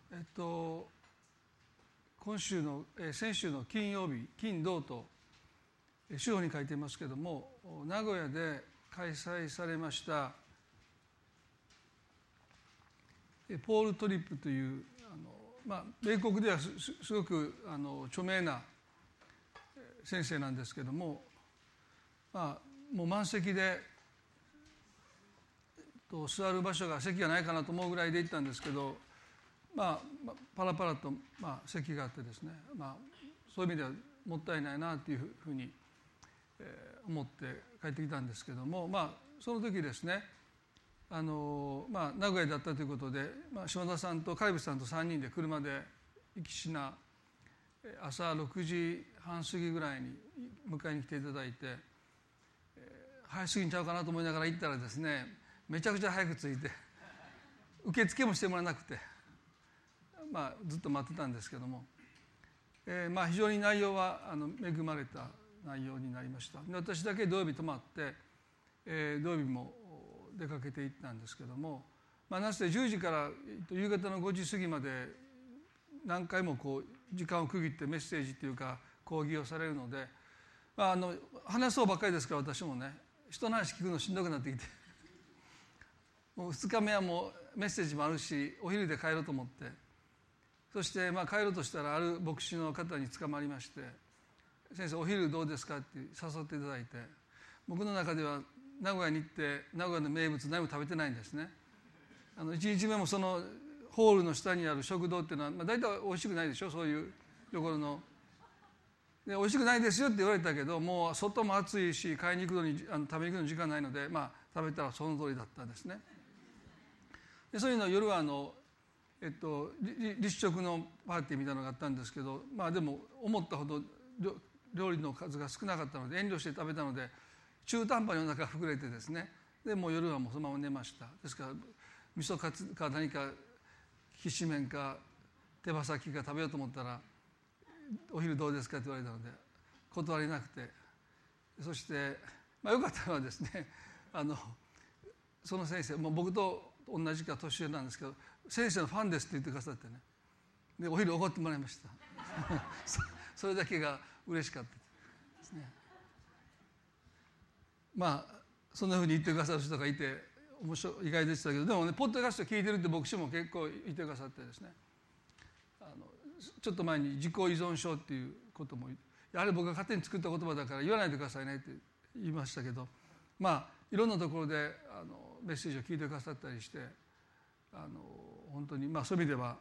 先週の金曜日、金土と主報に書いていますけれども、名古屋で開催されましたポール・トリップという米国ではすごく著名な先生なんですけれども、もう満席で座る場所が席がないかなと思うぐらいで行ったんですけど、パラパラと席があってですね、そういう意味ではもったいないなというふうに思って帰ってきたんですけども、その時ですね、名古屋だったということで、島田さんと海部さんと3人で車で行きしな朝6時半過ぎぐらいに迎えに来ていただいて、早すぎんちゃうかなと思いながら行ったらですね、めちゃくちゃ早く着いて受付もしてもらえなくて、ずっと待ってたんですけども、非常に内容は恵まれた内容になりました。で、私だけ土曜日泊まって、土曜日も出かけて行ったんですけども、なぜ10時から夕方の5時過ぎまで何回も時間を区切ってメッセージというか講義をされるので、話そうばっかりですから、私もね、人の話聞くのしんどくなってきてもう2日目はもうメッセージもあるし、お昼で帰ろうと思って、そして帰ろうとしたらある牧師の方に捕まりまして、先生お昼どうですかって誘っていただいて、僕の中では名古屋に行って名古屋の名物何も食べてないんですね。1日目もそのホールの下にある食堂っていうのは、大体おいしくないでしょ、そういうところの。で、おいしくないですよって言われたけど、もう外も暑いし買いに行くのに食べに行くのに時間ないので、食べたらその通りだったんですね。で、そういうの夜は立食のパーティーみたいなのがあったんですけど、でも思ったほど料理の数が少なかったので遠慮して食べたので、中途半端にお腹が膨れてですね、でもう夜はもうそのまま寝ました。ですから味噌カツか何かきしめんか手羽先か食べようと思ったら、お昼どうですかって言われたので断れなくて、そして良かったのはですね、その先生もう僕と同じか年上なんですけど、先生のファンですって言ってくださってね、でお昼おごってもらいましたそれだけが嬉しかったですね。そんなふうに言ってくださる人がいて面白い、意外でしたけど、でもね、ポッドキャスト聞いてるって牧師も結構言ってくださってですね、ちょっと前に自己依存症っていうことも、やはり僕が勝手に作った言葉だから言わないでくださいねって言いましたけど、いろんなところでメッセージを聞いてくださったりして、本当にそういう意味では、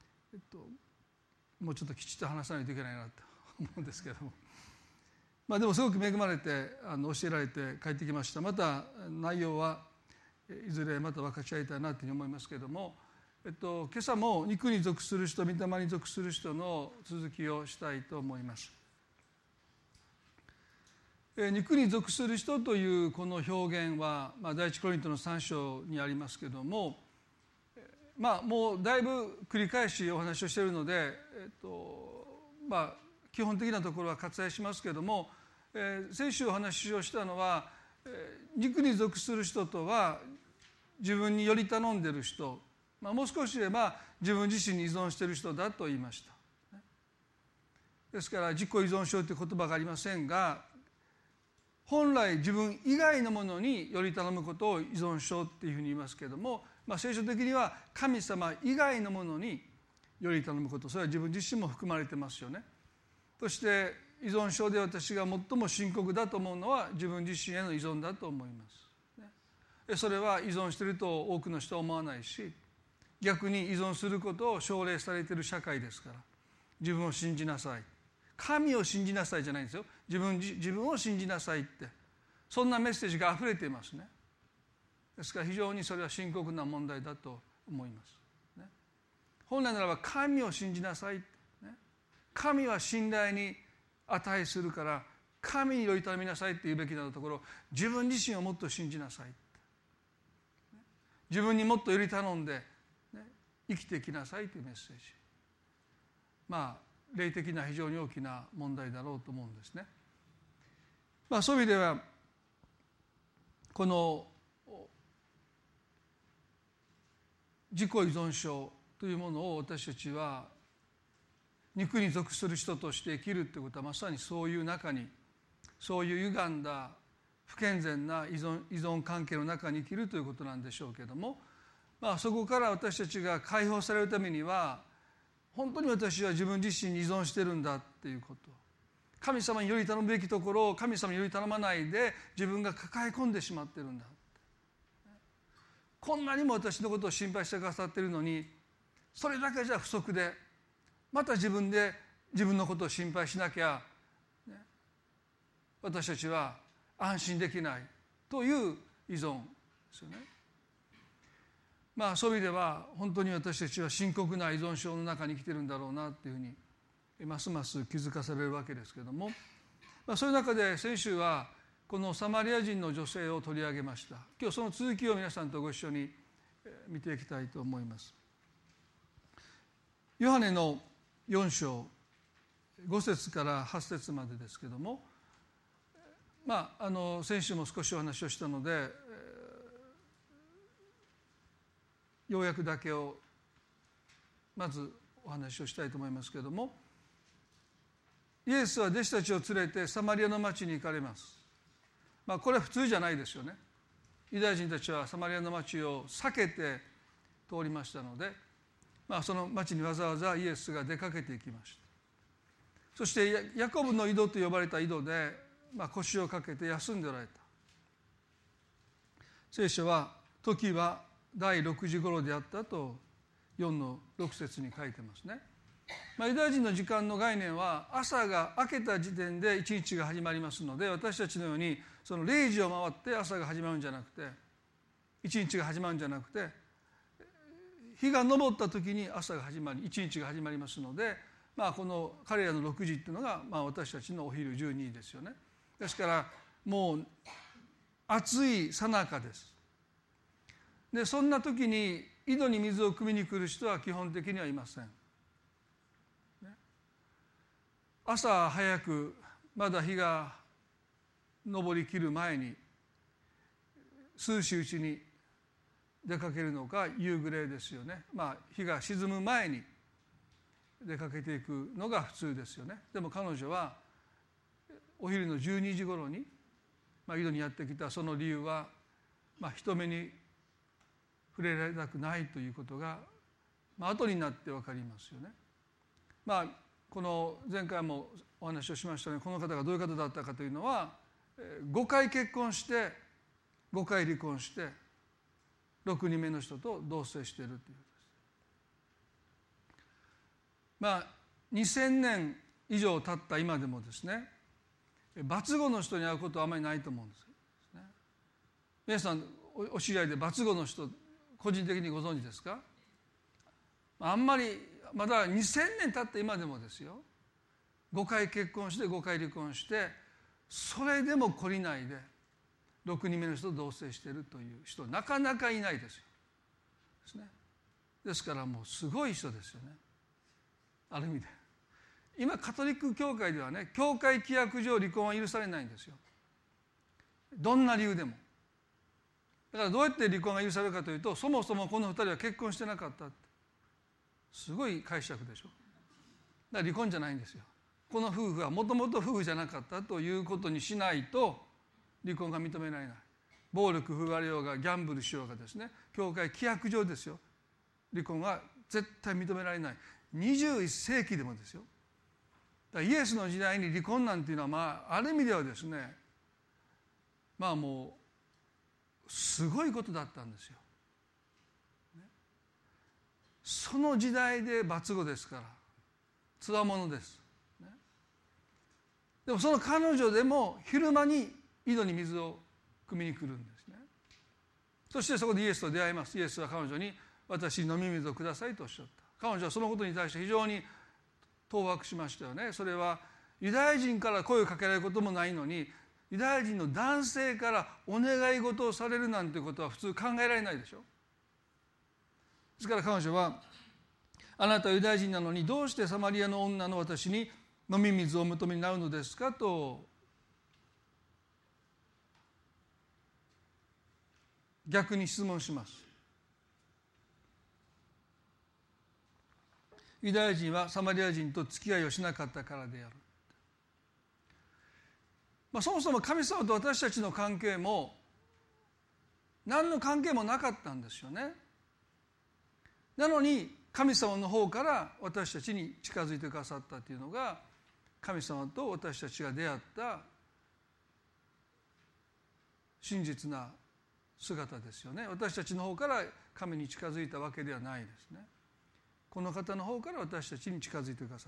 もうちょっときちっと話さないといけないなと思うんですけども、でもすごく恵まれて教えられて帰ってきました。また内容はいずれまた分かち合いたいなというふうに思いますけれども、今朝も肉に属する人、御霊に属する人の続きをしたいと思います。肉に属する人というこの表現は、第一コリントの3章にありますけれども、もうだいぶ繰り返しお話をしているので、基本的なところは割愛しますけれども、先週お話をしたのは、肉に属する人とは自分により頼んでいる人、もう少し言えば自分自身に依存している人だと言いました。ですから自己依存症という言葉がありませんが、本来自分以外のものにより頼むことを依存症っていうふうに言いますけれども、聖書的には神様以外のものにより頼むこと、それは自分自身も含まれてますよね。そして依存症で私が最も深刻だと思うのは自分自身への依存だと思います。それは依存していると多くの人は思わないし、逆に依存することを奨励されている社会ですから、自分を信じなさい、神を信じなさいじゃないんですよ、自分を信じなさいって、そんなメッセージがあふれていますね。ですから非常にそれは深刻な問題だと思います、ね。本来ならば神を信じなさい、ね、神は信頼に値するから神により頼みなさいって言うべきなところ、自分自身をもっと信じなさい、自分にもっとより頼んで、生きていきなさいというメッセージ、霊的な非常に大きな問題だろうと思うんですね。そういう意味ではこの自己依存症というものを私たちは肉に属する人として生きるということはまさにそういう中に、そういう歪んだ不健全な依存関係の中に生きるということなんでしょうけれども、そこから私たちが解放されるためには本当に私は自分自身に依存してるんだっていうこと、神様により頼むべきところを神様により頼まないで自分が抱え込んでしまってるんだ、こんなにも私のことを心配してくださっているのにそれだけじゃ不足でまた自分で自分のことを心配しなきゃ、私たちは安心できないという依存ですよね。そういう意味では本当に私たちは深刻な依存症の中に生きてるんだろうなというふうにますます気づかされるわけですけれども、そういう中で先週はこのサマリア人の女性を取り上げました。今日その続きを皆さんとご一緒に見ていきたいと思います。ヨハネの4章5節から8節までですけれども、先週も少しお話をしたので、要約だけをまずお話をしたいと思いますけれども、イエスは弟子たちを連れてサマリアの町に行かれます。これは普通じゃないですよね。ユダヤ人たちはサマリアの町を避けて通りましたので、その町にわざわざイエスが出かけていきました。そしてヤコブの井戸と呼ばれた井戸で、腰をかけて休んでおられた。聖書は時は第6時頃であったと4の6節に書いてますね。ユダヤ人の時間の概念は朝が明けた時点で一日が始まりますので、私たちのようにその0時を回って朝が始まるんじゃなくて、一日が始まるんじゃなくて、日が昇った時に朝が始まり一日が始まりますので、この彼らの6時っていうのが私たちのお昼12時ですよね。ですからもう暑い最中です。でそんな時に井戸に水を汲みに来る人は基本的にはいません。朝早くまだ日が昇りきる前に涼しいうちに出かけるのか夕暮れですよね。日が沈む前に出かけていくのが普通ですよね。でも彼女はお昼の12時頃に井戸にやってきた。その理由は人目に触れられたくないということが後になって分かりますよね。この前回もお話をしましたように、この方がどういう方だったかというのは5回結婚して5回離婚して6人目の人と同棲しているということです。2000年以上経った今でもですね、バツゴの人に会うことはあまりないと思うんですね。皆さんお知り合いでバツゴの人個人的にご存知ですか？あんまりまだ2000年経った今でもですよ、5回結婚して5回離婚してそれでも懲りないで6人目の人と同棲しているという人なかなかいないですよ。ですね。ですからもうすごい人ですよね、ある意味で。今カトリック教会ではね、教会規約上離婚は許されないんですよ、どんな理由でも。だからどうやって離婚が許されるかというと、そもそもこの2人は結婚してなかったって、すごい解釈でしょ。だから離婚じゃないんですよ。この夫婦はもともと夫婦じゃなかったということにしないと離婚が認められない。暴力振るわれようがギャンブルしようがですね、教会規約上ですよ、離婚は絶対認められない。21世紀でもですよ。だからイエスの時代に離婚なんていうのはある意味ではですね、もうすごいことだったんですよ。その時代でバツゴですからつわものです。でもその彼女でも昼間に井戸に水を汲みに来るんですね。そしてそこでイエスと出会います。イエスは彼女に私に飲み水をくださいとおっしゃった。彼女はそのことに対して非常に当惑しましたよね。それはユダヤ人から声をかけられることもないのに、ユダヤ人の男性からお願い事をされるなんてことは普通考えられないでしょ。ですから彼女は、あなたはユダヤ人なのにどうしてサマリアの女の私に飲み水をお求めになるのですかと逆に質問します。 ユダヤ人はサマリア人と付き合いをしなかったからである。そもそも神様と私たちの関係も何の関係もなかったんですよね。なのに神様の方から私たちに近づいてくださったというのが、神様と私たちが出会った真実な姿ですよね。私たちの方から神に近づいたわけではないですね。この方の方から私たちに近づいてくださった。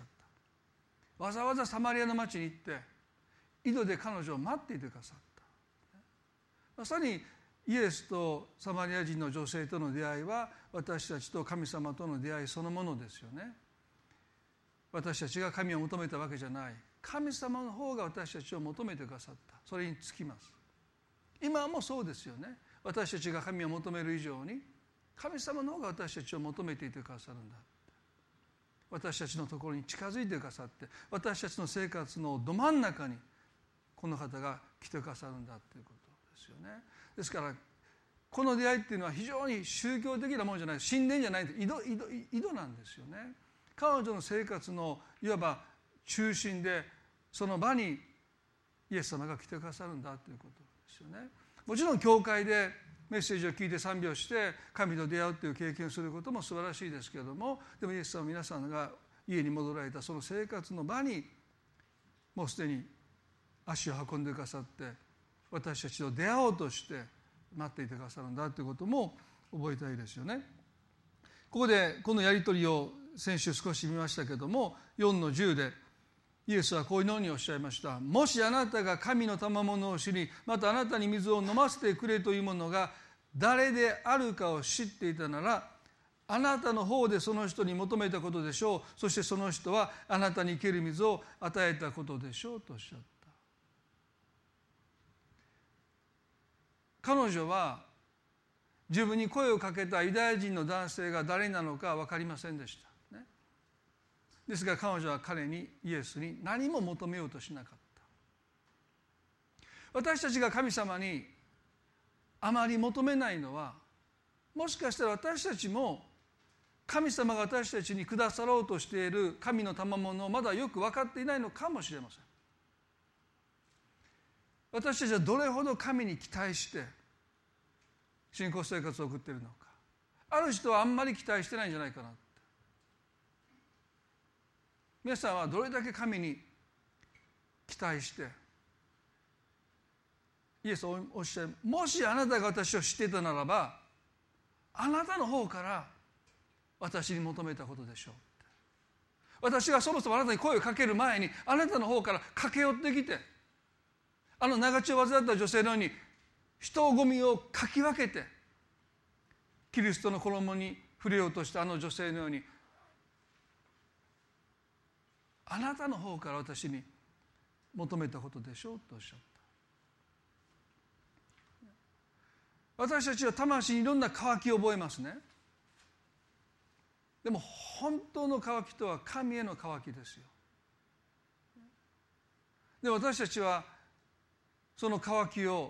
わざわざサマリアの町に行って井戸で彼女を待っていてくださった。まさにイエスとサマリア人の女性との出会いは、私たちと神様との出会いそのものですよね。私たちが神を求めたわけじゃない、神様の方が私たちを求めてくださった。それにつきます。今もそうですよね。私たちが神を求める以上に神様の方が私たちを求めていてくださるんだ。私たちのところに近づいてくださって、私たちの生活のど真ん中にこの方が来てくださるんだということですよね。ですからこの出会いっていうのは非常に宗教的なものじゃない、神殿じゃない、井戸なんですよね。彼女の生活のいわば中心で、その場にイエス様が来てくださるんだということですよね。もちろん教会でメッセージを聞いて賛美をして神と出会うという経験をすることも素晴らしいですけれども、でもイエス様は皆さんが家に戻られたその生活の場にもうすでに足を運んでくださって、私たちと出会おうとして待っていてくださるんだということも覚えたいですよね。ここでこのやり取りを先週少し見ましたけれども、4の10でイエスはこういうのにおっしゃいました。もしあなたが神の賜物を知り、またあなたに水を飲ませてくれというものが誰であるかを知っていたなら、あなたの方でその人に求めたことでしょう。そしてその人はあなたに生ける水を与えたことでしょうとおっしゃった。彼女は自分に声をかけたユダヤ人の男性が誰なのか分かりませんでした、ね、ですが彼女は彼に、イエスに何も求めようとしなかった。私たちが神様にあまり求めないのは、もしかしたら私たちも神様が私たちにくださろうとしている神の賜物をまだよく分かっていないのかもしれません。私たちはどれほど神に期待して信仰生活を送っているのか。ある人はあんまり期待してないんじゃないかなって。皆さんはどれだけ神に期待して、イエスはおっしゃる、もしあなたが私を知っていたならばあなたの方から私に求めたことでしょう。私がそもそもあなたに声をかける前にあなたの方から駆け寄ってきて、あの長血を患った女性のように人混みをかき分けてキリストの衣に触れようとしたあの女性のように、あなたの方から私に求めたことでしょうとおっしゃった。私たちは魂にいろんな渇きを覚えますね。でも本当の渇きとは神への渇きですよ。で私たちはその渇きを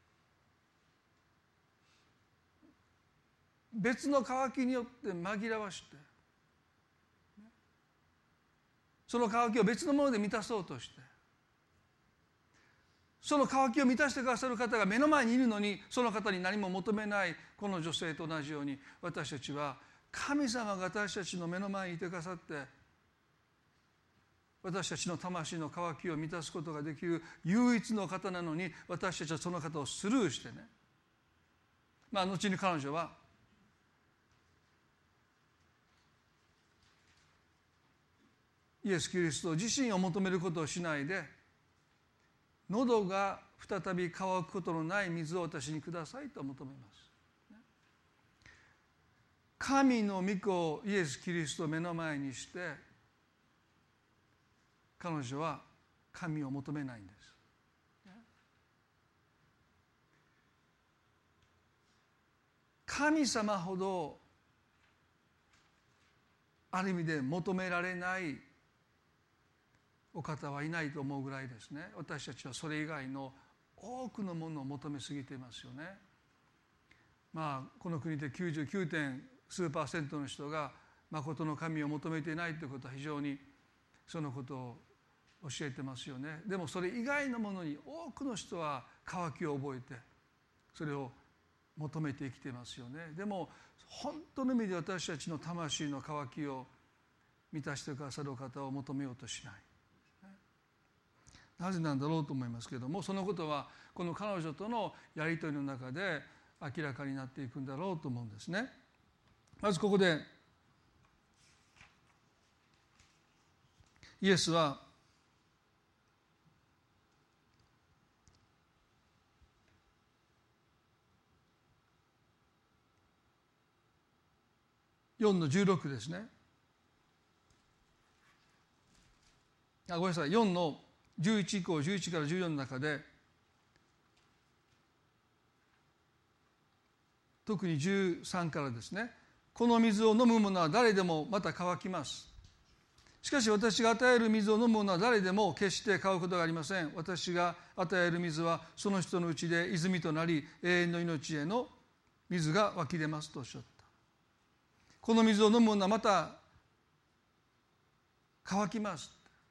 別の渇きによって紛らわして、その渇きを別のもので満たそうとして、その渇きを満たしてくださる方が目の前にいるのにその方に何も求めないこの女性と同じように、私たちは神様が私たちの目の前にいてくださって私たちの魂の渇きを満たすことができる唯一の方なのに、私たちはその方をスルーしてね、後に彼女はイエス・キリスト自身を求めることをしないで、喉が再び渇くことのない水を私にくださいと求めます。神の御子イエス・キリストを目の前にして彼女は神を求めないんです。神様ほどある意味で求められないお方はいないと思うぐらいですね。私たちはそれ以外の多くのものを求めすぎていますよね。この国で99.数%の人が誠の神を求めていないということは非常にそのことを教えてますよね。でもそれ以外のものに多くの人は渇きを覚えてそれを求めて生きていますよね。でも本当の意味で私たちの魂の渇きを満たしてくださる方を求めようとしない。なぜなんだろうと思いますけれども、そのことはこの彼女とのやり取りの中で明らかになっていくんだろうと思うんですね。まずここでイエスは4の16ですね。ごめんなさい、4の11以降、11から14の中で、特に13からですね、この水を飲む者は誰でもまた乾きます。しかし私が与える水を飲む者は誰でも決して乾くことがありません。私が与える水はその人のうちで泉となり、永遠の命への水が湧き出ますとおっしゃった。この水を飲む者はまた乾きます。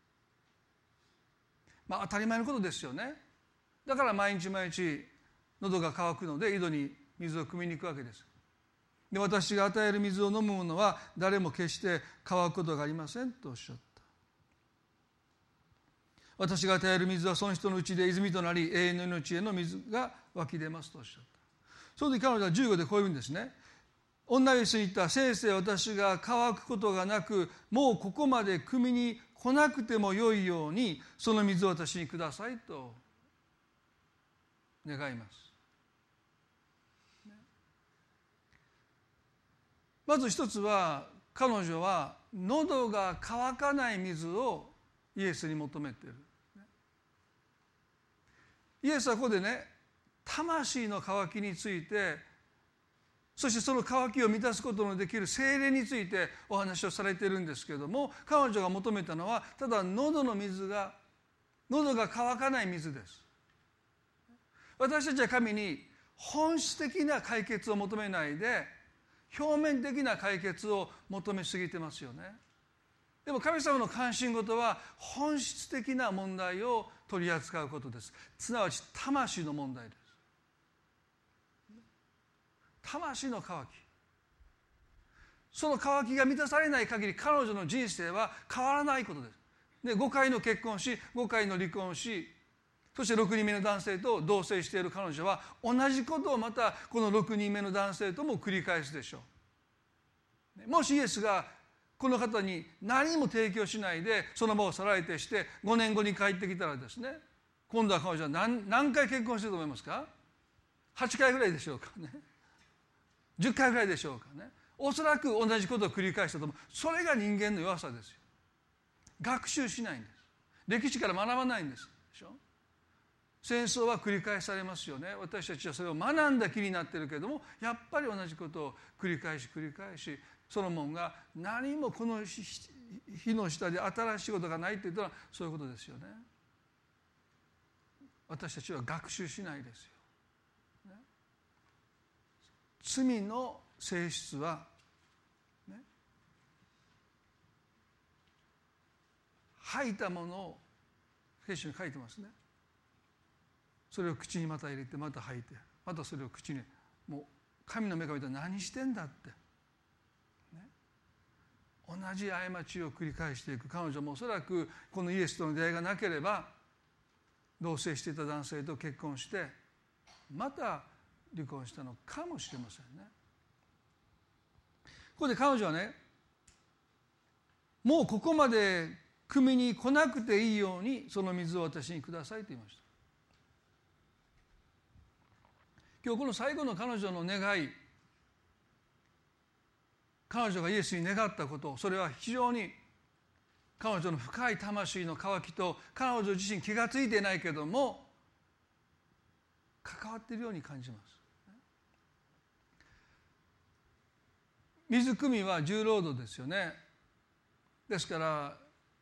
当たり前のことですよね。だから毎日毎日喉が渇くので井戸に水を汲みに行くわけです。で、私が与える水を飲む者は誰も決して乾くことがありませんとおっしゃった。私が与える水はその人のうちで泉となり、永遠の命への水が湧き出ますとおっしゃった。その時彼女は15でこう言うんですね。女イエスに言った。先生、私が乾くことがなく、もうここまで汲みに来なくてもよいようにその水を私にくださいと願います。まず一つは、彼女は喉が渇かない水をイエスに求めている。イエスはここでね、魂の渇きについて、そしてその渇きを満たすことのできる聖霊についてお話をされているんですけれども、彼女が求めたのはただ喉が渇かない水です。私たちは神に本質的な解決を求めないで表面的な解決を求めすぎてますよね。でも神様の関心事は本質的な問題を取り扱うことです。すなわち魂の問題です。魂の渇き、その渇きが満たされない限り彼女の人生は変わらないことです。で、5回の結婚し、5回の離婚し、そして6人目の男性と同棲している彼女は同じことをまたこの6人目の男性とも繰り返すでしょう。もしイエスがこの方に何も提供しないでその場を去られてして5年後に帰ってきたらですね、今度は彼女は何回結婚してると思いますか？8回ぐらいでしょうかね。10回ぐらいでしょうかね。おそらく同じことを繰り返したと思う。それが人間の弱さですよ。学習しないんです。歴史から学ばないんですでしょ。戦争は繰り返されますよね。私たちはそれを学んだ気になっているけれども、やっぱり同じことを繰り返しソロモンが何もこの火の下で新しいことがないって言ったらそういうことですよね。私たちは学習しないですよ。罪の性質は、ね、吐いたものを聖書に書いてますね。それを口にまた入れてまた吐いてまたそれを口に、もう神の目が見たら何してんだって、ね、同じ過ちを繰り返していく彼女もおそらくこのイエスとの出会いがなければ同棲していた男性と結婚してまた離婚したのかもしれませんね。ここで彼女はね、もうここまで汲みに来なくていいようにその水を私にくださいと言いました。今日この最後の彼女の願い、彼女がイエスに願ったこと、それは非常に彼女の深い魂の渇きと彼女自身気がついていないけども関わっているように感じます。水汲みは重労働ですよね。ですから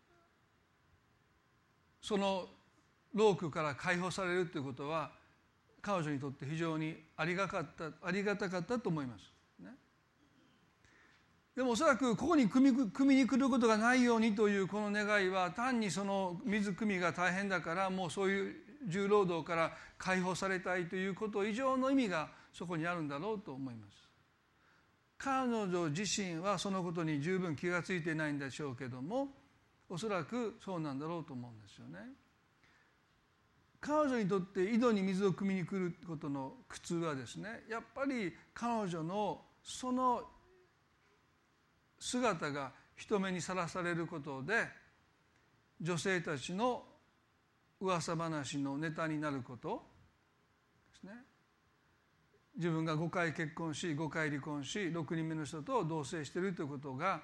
その労苦から解放されるということは彼女にとって非常にありがたかったと思います、ね。 でもおそらくここに組みに来ることがないようにというこの願いは、単にその水汲みが大変だからもうそういう重労働から解放されたいということ以上の意味がそこにあるんだろうと思います。彼女自身はそのことに十分気がついていないんでしょうけども、おそらくそうなんだろうと思うんですよね。彼女にとって井戸に水を汲みに来ることの苦痛はですね、やっぱり彼女のその姿が人目にさらされることで、女性たちの噂話のネタになることですね。自分が5回結婚し5回離婚し6人目の人と同棲しているということが、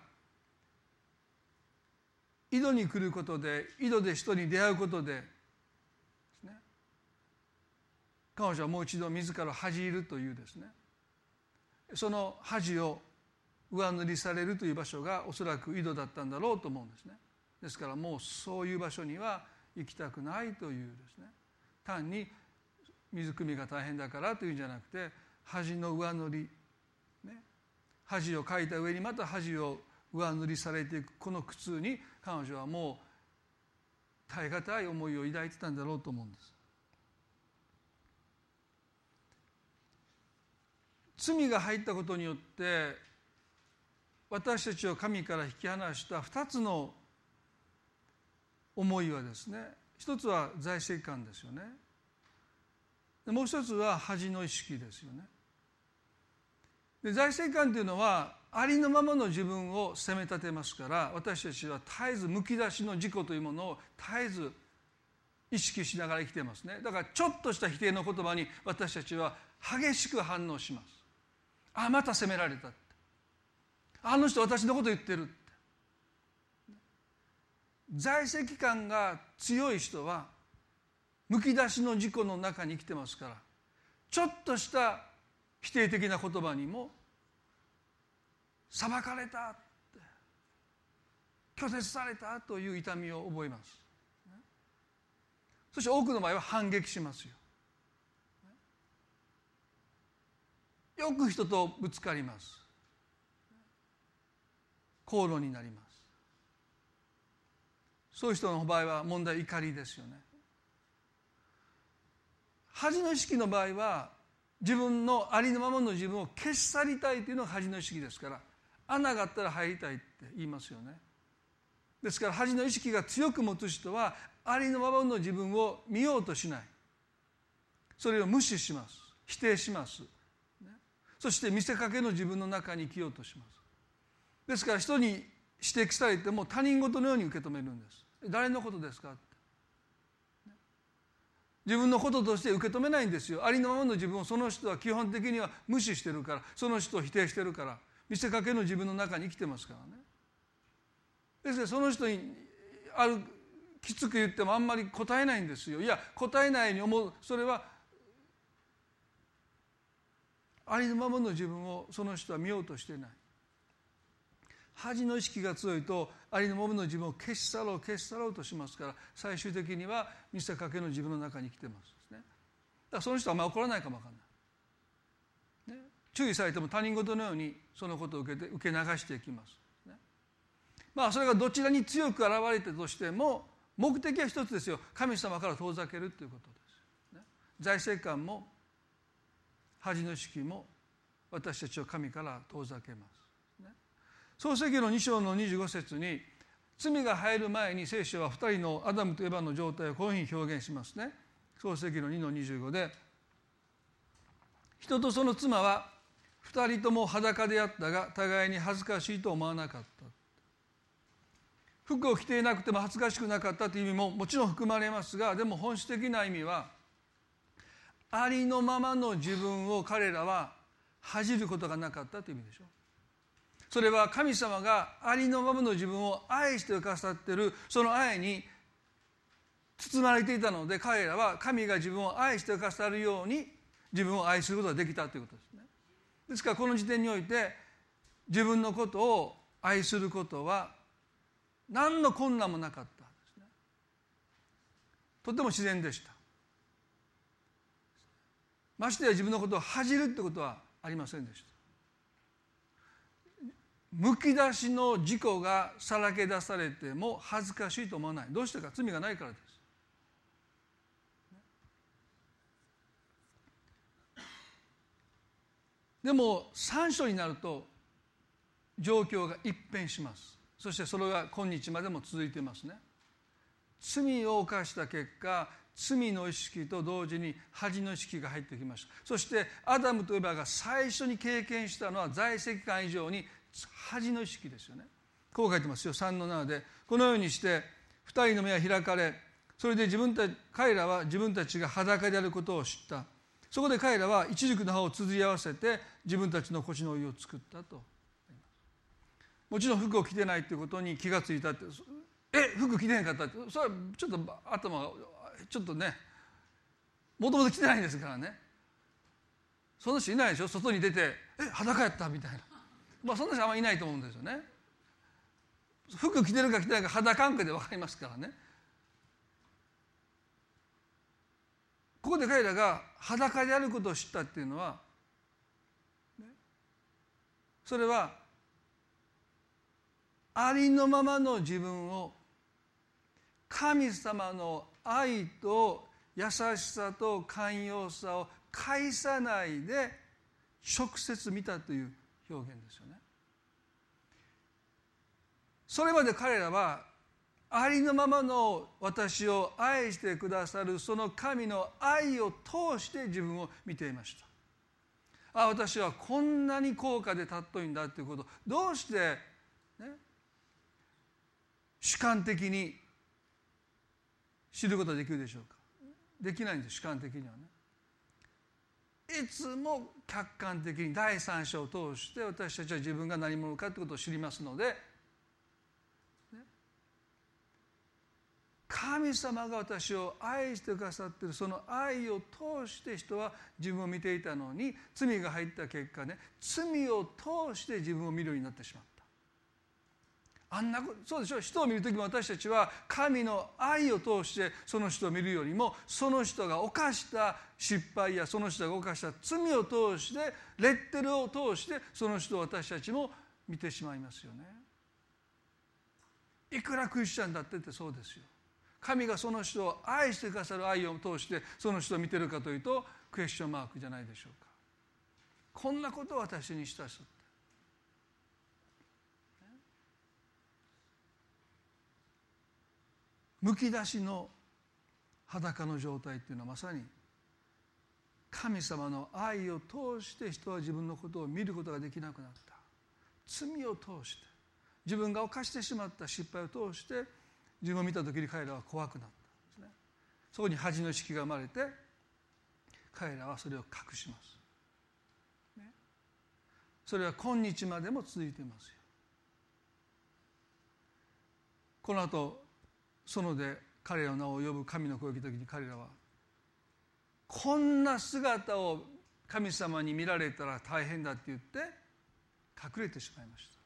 井戸に来ることで、井戸で人に出会うことでですね、彼女はもう一度自ら恥じるというですね、その恥を上塗りされるという場所がおそらく井戸だったんだろうと思うんですね。ですからもうそういう場所には行きたくないというですね、単に水汲みが大変だからというんじゃなくて、恥の上塗り、ね、恥をかいた上にまた恥を上塗りされていくこの苦痛に彼女はもう耐え難い思いを抱いてたんだろうと思うんです。罪が入ったことによって私たちを神から引き離した2つの思いはですね、一つは財政感ですよね。もう一つは恥の意識ですよね。で、財政感というのはありのままの自分を責め立てますから、私たちは絶えずむき出しの自己というものを絶えず意識しながら生きていますね。だからちょっとした否定の言葉に私たちは激しく反応します。あ、また責められたって、あの人私のこと言ってるって。在籍感が強い人はむき出しの自己の中に生きてますから、ちょっとした否定的な言葉にも裁かれたって、拒絶されたという痛みを覚えます。そして多くの場合は反撃しますよ。よく人とぶつかります。口論になります。そういう人の場合は問題は怒りですよね。恥の意識の場合は自分のありのままの自分を消し去りたいというのが恥の意識ですから、穴があったら入りたいって言いますよね。ですから恥の意識が強く持つ人はありのままの自分を見ようとしない、それを無視します、否定します、そして見せかけの自分の中に生きようとします。ですから人に指摘されても他人事のように受け止めるんです。誰のことですかって、自分のこととして受け止めないんですよ。ありのままの自分をその人は基本的には無視してるから、その人を否定してるから、見せかけの自分の中に生きてますからね。ですからその人にきつく言ってもあんまり答えないんですよ。いや、答えないように思う、それはありのままの自分をその人は見ようとしていない。恥の意識が強いとありのままの自分を消し去ろうとしますから、最終的には見せかけの自分の中に生きてますね。だからその人はあんまり怒らないかもわかんない、ね、注意されても他人事のようにそのことを受け流していきます、ね。それがどちらに強く現れたとしても目的は一つですよ。神様から遠ざけるということです、ね。財政感も恥の意識も私たちを神から遠ざけます。創世記の2章の25節に、罪が入る前に聖書は2人のアダムとエバの状態をこういうふうに表現しますね。創世記の2の25で、人とその妻は2人とも裸であったが互いに恥ずかしいと思わなかった。服を着ていなくても恥ずかしくなかったという意味ももちろん含まれますが、でも本質的な意味はありのままの自分を彼らは恥じることがなかったという意味でしょう。それは神様がありのままの自分を愛してくださっている、その愛に包まれていたので、彼らは神が自分を愛してくださるように自分を愛することができたということですね。ですからこの時点において自分のことを愛することは何の困難もなかったですね。とても自然でした。ましてや自分のことを恥じるってことはありませんでした。 むき出しの自己がさらけ出されても恥ずかしいと思わない。どうしてか、罪がないからです。でも3章になると状況が一変します。そしてそれが今日までも続いていますね。罪を犯した結果、罪の意識と同時に恥の意識が入ってきました。そしてアダムとエバが最初に経験したのは在籍感以上に恥の意識ですよね。こう書いてますよ。3の7で、このようにして2人の目は開かれ、それで彼らは自分たちが裸であることを知った。そこで彼らはイチジクの葉を綴り合わせて自分たちの腰の上を作ったと。もちろん服を着てないということに気がついたって、服着てへんかったって、それはちょっと頭がちょっとね、もともと着てないんですからね。そんな人いないでしょ。外に出て裸やったみたいな、そんな人あんまりいないと思うんですよね。服着てるか着てないか肌感覚で分かりますからね。ここで彼らが裸であることを知ったっていうのは、それはありのままの自分を神様の愛と優しさと寛容さを介さないで直接見たという表現ですよね。それまで彼らはありのままの私を愛してくださるその神の愛を通して自分を見ていました。私はこんなに高価で尊いんだということをどうして、主観的に知ることができるでしょうか。できないんです。主観的にはね。いつも客観的に第三者を通して私たちは自分が何者かということを知りますので、神様が私を愛してくださっているその愛を通して人は自分を見ていたのに、罪が入った結果ね、罪を通して自分を見るようになってしまった。そうでしょ。人を見るときも私たちは神の愛を通してその人を見るよりも、その人が犯した失敗やその人が犯した罪を通して、レッテルを通してその人を私たちも見てしまいますよね。いくらクリスチャンだってってそうですよ。神がその人を愛してくださる愛を通してその人を見ているかというとクエスチョンマークじゃないでしょうか。こんなことを私にした人って、むき出しの裸の状態っていうのはまさに神様の愛を通して人は自分のことを見ることができなくなった。罪を通して自分が犯してしまった失敗を通して自分を見た時に彼らは怖くなったんですね。そこに恥の意識が生まれて彼らはそれを隠します、それは今日までも続いていますよ。この後園で彼らの名を呼ぶ神の声を聞いた時に彼らはこんな姿を神様に見られたら大変だって言って隠れてしまいました。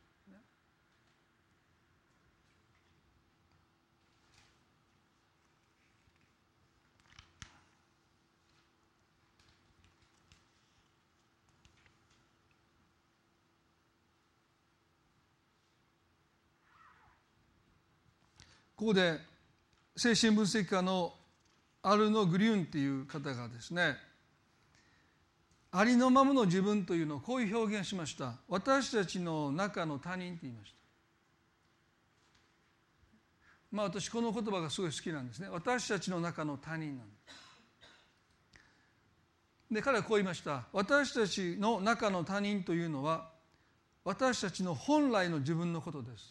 ここで精神分析家のアルノ・グリュンという方がですね、ありのままの自分というのをこういう表現しました。私たちの中の他人と言いました。私この言葉がすごい好きなんですね。私たちの中の他人なんです。で彼はこう言いました。私たちの中の他人というのは私たちの本来の自分のことです。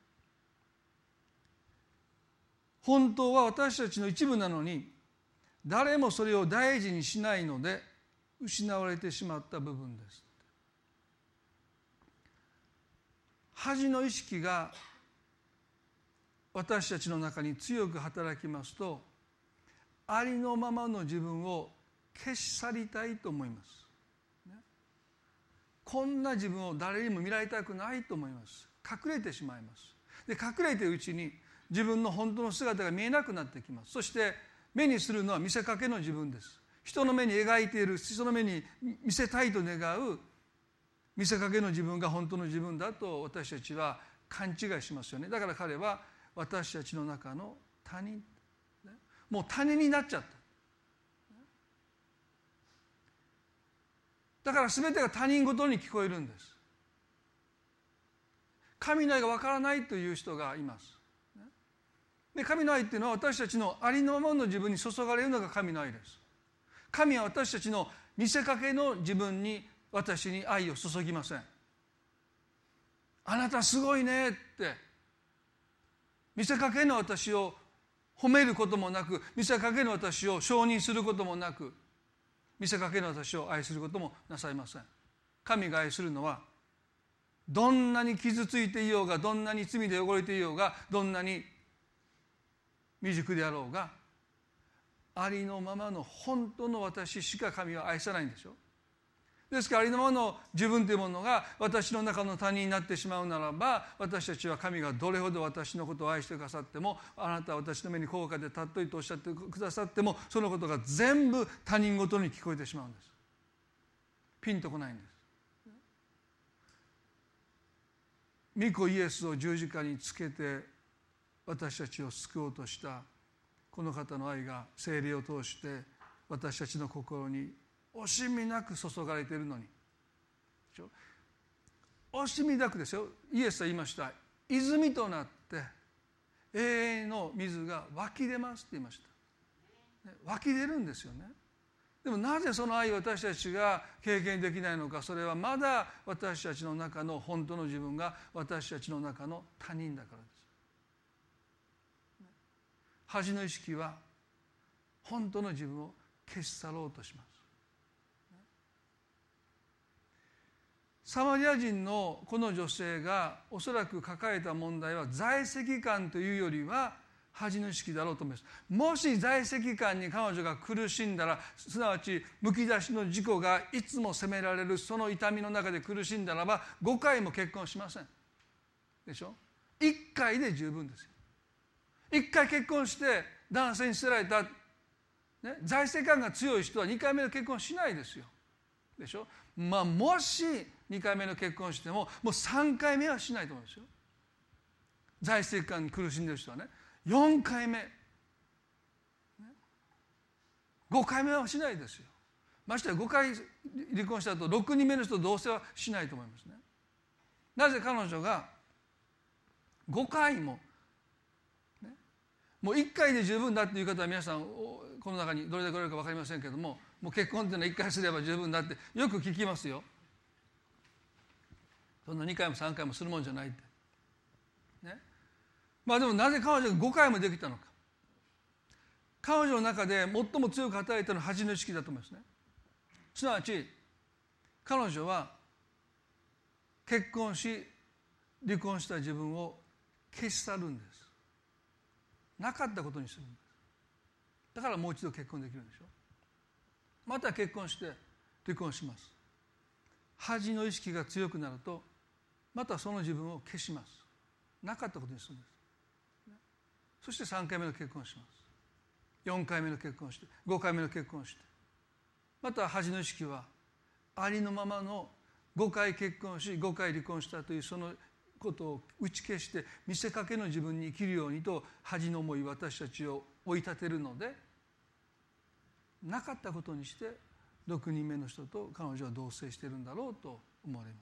本当は私たちの一部なのに誰もそれを大事にしないので失われてしまった部分です。恥の意識が私たちの中に強く働きますと、ありのままの自分を消し去りたいと思います、こんな自分を誰にも見られたくないと思います。隠れてしまいます。で隠れているうちに自分の本当の姿が見えなくなってきます。そして目にするのは見せかけの自分です。人の目に描いている、人の目に見せたいと願う見せかけの自分が本当の自分だと私たちは勘違いしますよね。だから彼は私たちの中の他人、もう他人になっちゃった。だから全てが他人ごとに聞こえるんです。神の愛がわからないという人がいます。で、神の愛っていうのは私たちのありのままの自分に注がれるのが神の愛です。神は私たちの見せかけの自分に私に愛を注ぎません。あなたすごいねって見せかけの私を褒めることもなく、見せかけの私を承認することもなく、見せかけの私を愛することもなさいません。神が愛するのは、どんなに傷ついていようが、どんなに罪で汚れていようが、どんなに未熟であろうが、ありのままの本当の私しか神は愛さないんでしょ。ですからありのままの自分というものが私の中の他人になってしまうならば、私たちは神がどれほど私のことを愛してくださっても、あなたは私の目に高価で尊いとおっしゃってくださっても、そのことが全部他人ごとに聞こえてしまうんです。ピンとこないんです。御子イエスを十字架につけて私たちを救おうとしたこの方の愛が聖霊を通して私たちの心に惜しみなく注がれているのに、惜しみなくですよ。イエスは言いました。泉となって永遠の水が湧き出ますって言いました。湧き出るんですよね。でもなぜその愛を私たちが経験できないのか。それはまだ私たちの中の本当の自分が私たちの中の他人だからです。恥の意識は本当の自分を消し去ろうとします。サマリア人のこの女性がおそらく抱えた問題は在籍感というよりは恥の意識だろうと思います。もし在籍感に彼女が苦しんだら、すなわちむき出しの自己がいつも責められるその痛みの中で苦しんだらば、5回も結婚しませんでしょ。1回で十分ですよ。1回結婚して男性に捨てられた、在籍感が強い人は2回目の結婚しないですよでしょ。もし2回目の結婚してももう3回目はしないと思うんですよ。在籍感に苦しんでいる人はね、4回目、5回目はしないですよ。ましてや5回離婚した後6人目の人と同棲はしないと思いますね。なぜ彼女が5回も、もう1回で十分だっていう方は皆さんこの中にどれだけいるか分かりませんけれども、もう結婚っていうのは1回すれば十分だってよく聞きますよ。そんな2回も3回もするもんじゃないってね。でもなぜ彼女が5回もできたのか。彼女の中で最も強く働いたのは恥の意識だと思いますね。すなわち彼女は結婚し離婚した自分を消し去るんです。なかったことにするんです。だからもう一度結婚できるんでしょ。また結婚して離婚します。恥の意識が強くなるとまたその自分を消します。なかったことにするんです。そして3回目の結婚をします。4回目の結婚をして5回目の結婚をして、また恥の意識はありのままの5回結婚し5回離婚したというそのことを打ち消して見せかけの自分に生きるようにと恥の思い私たちを追い立てるので、なかったことにして6人目の人と彼女は同棲しているんだろうと思われます。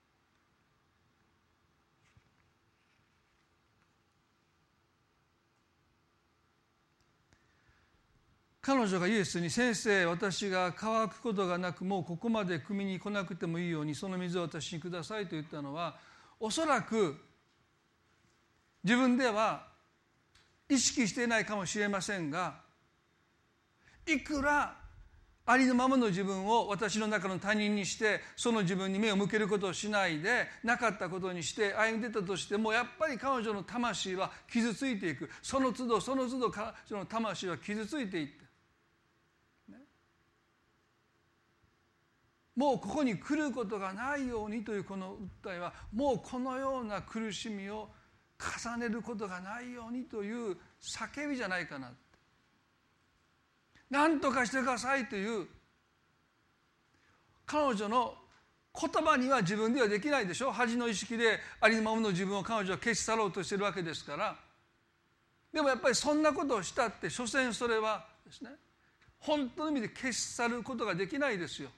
彼女がイエスに、先生、私が乾くことがなくもうここまで汲みに来なくてもいいようにその水を私にくださいと言ったのは、おそらく自分では意識していないかもしれませんが、いくらありのままの自分を私の中の他人にしてその自分に目を向けることをしないでなかったことにして歩んでたとしても、やっぱり彼女の魂は傷ついていく。その都度その都度彼女の魂は傷ついていって、もうここに来ることがないようにというこの訴えは、もうこのような苦しみを重ねることがないようにという叫びじゃないかな。何とかしてくださいという彼女の言葉には自分ではできないでしょ。恥の意識でありのままの自分を彼女は消し去ろうとしているわけですから。でもやっぱりそんなことをしたって所詮それはですね、本当の意味で消し去ることができないですよ。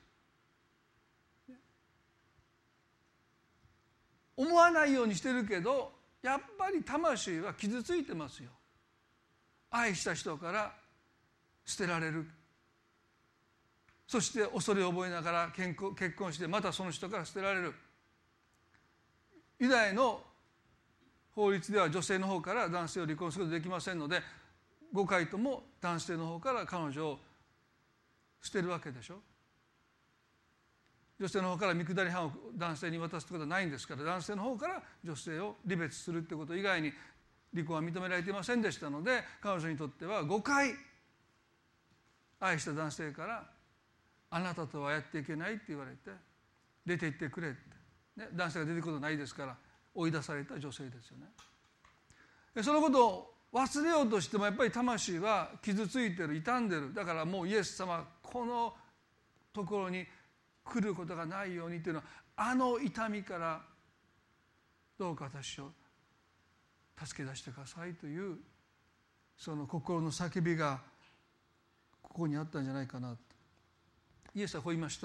思わないようにしてるけどやっぱり魂は傷ついてますよ。愛した人から捨てられる、そして恐れを覚えながら結婚してまたその人から捨てられる。ユダヤの法律では女性の方から男性を離婚することができませんので、5回とも男性の方から彼女を捨てるわけでしょ。女性の方から見下り犯を男性に渡すということはないんですから、男性の方から女性を離別するということ以外に離婚は認められていませんでしたので、彼女にとっては5回愛した男性からあなたとはやっていけないって言われて出て行ってくれって、ね、男性が出てくることないですから追い出された女性ですよね。そのことを忘れようとしてもやっぱり魂は傷ついてる、傷んでる。だからもうイエス様このところに来ることがないようにというのは、あの痛みからどうか私を助け出してくださいというその心の叫びがここにあったんじゃないかな。イエスはこう言いました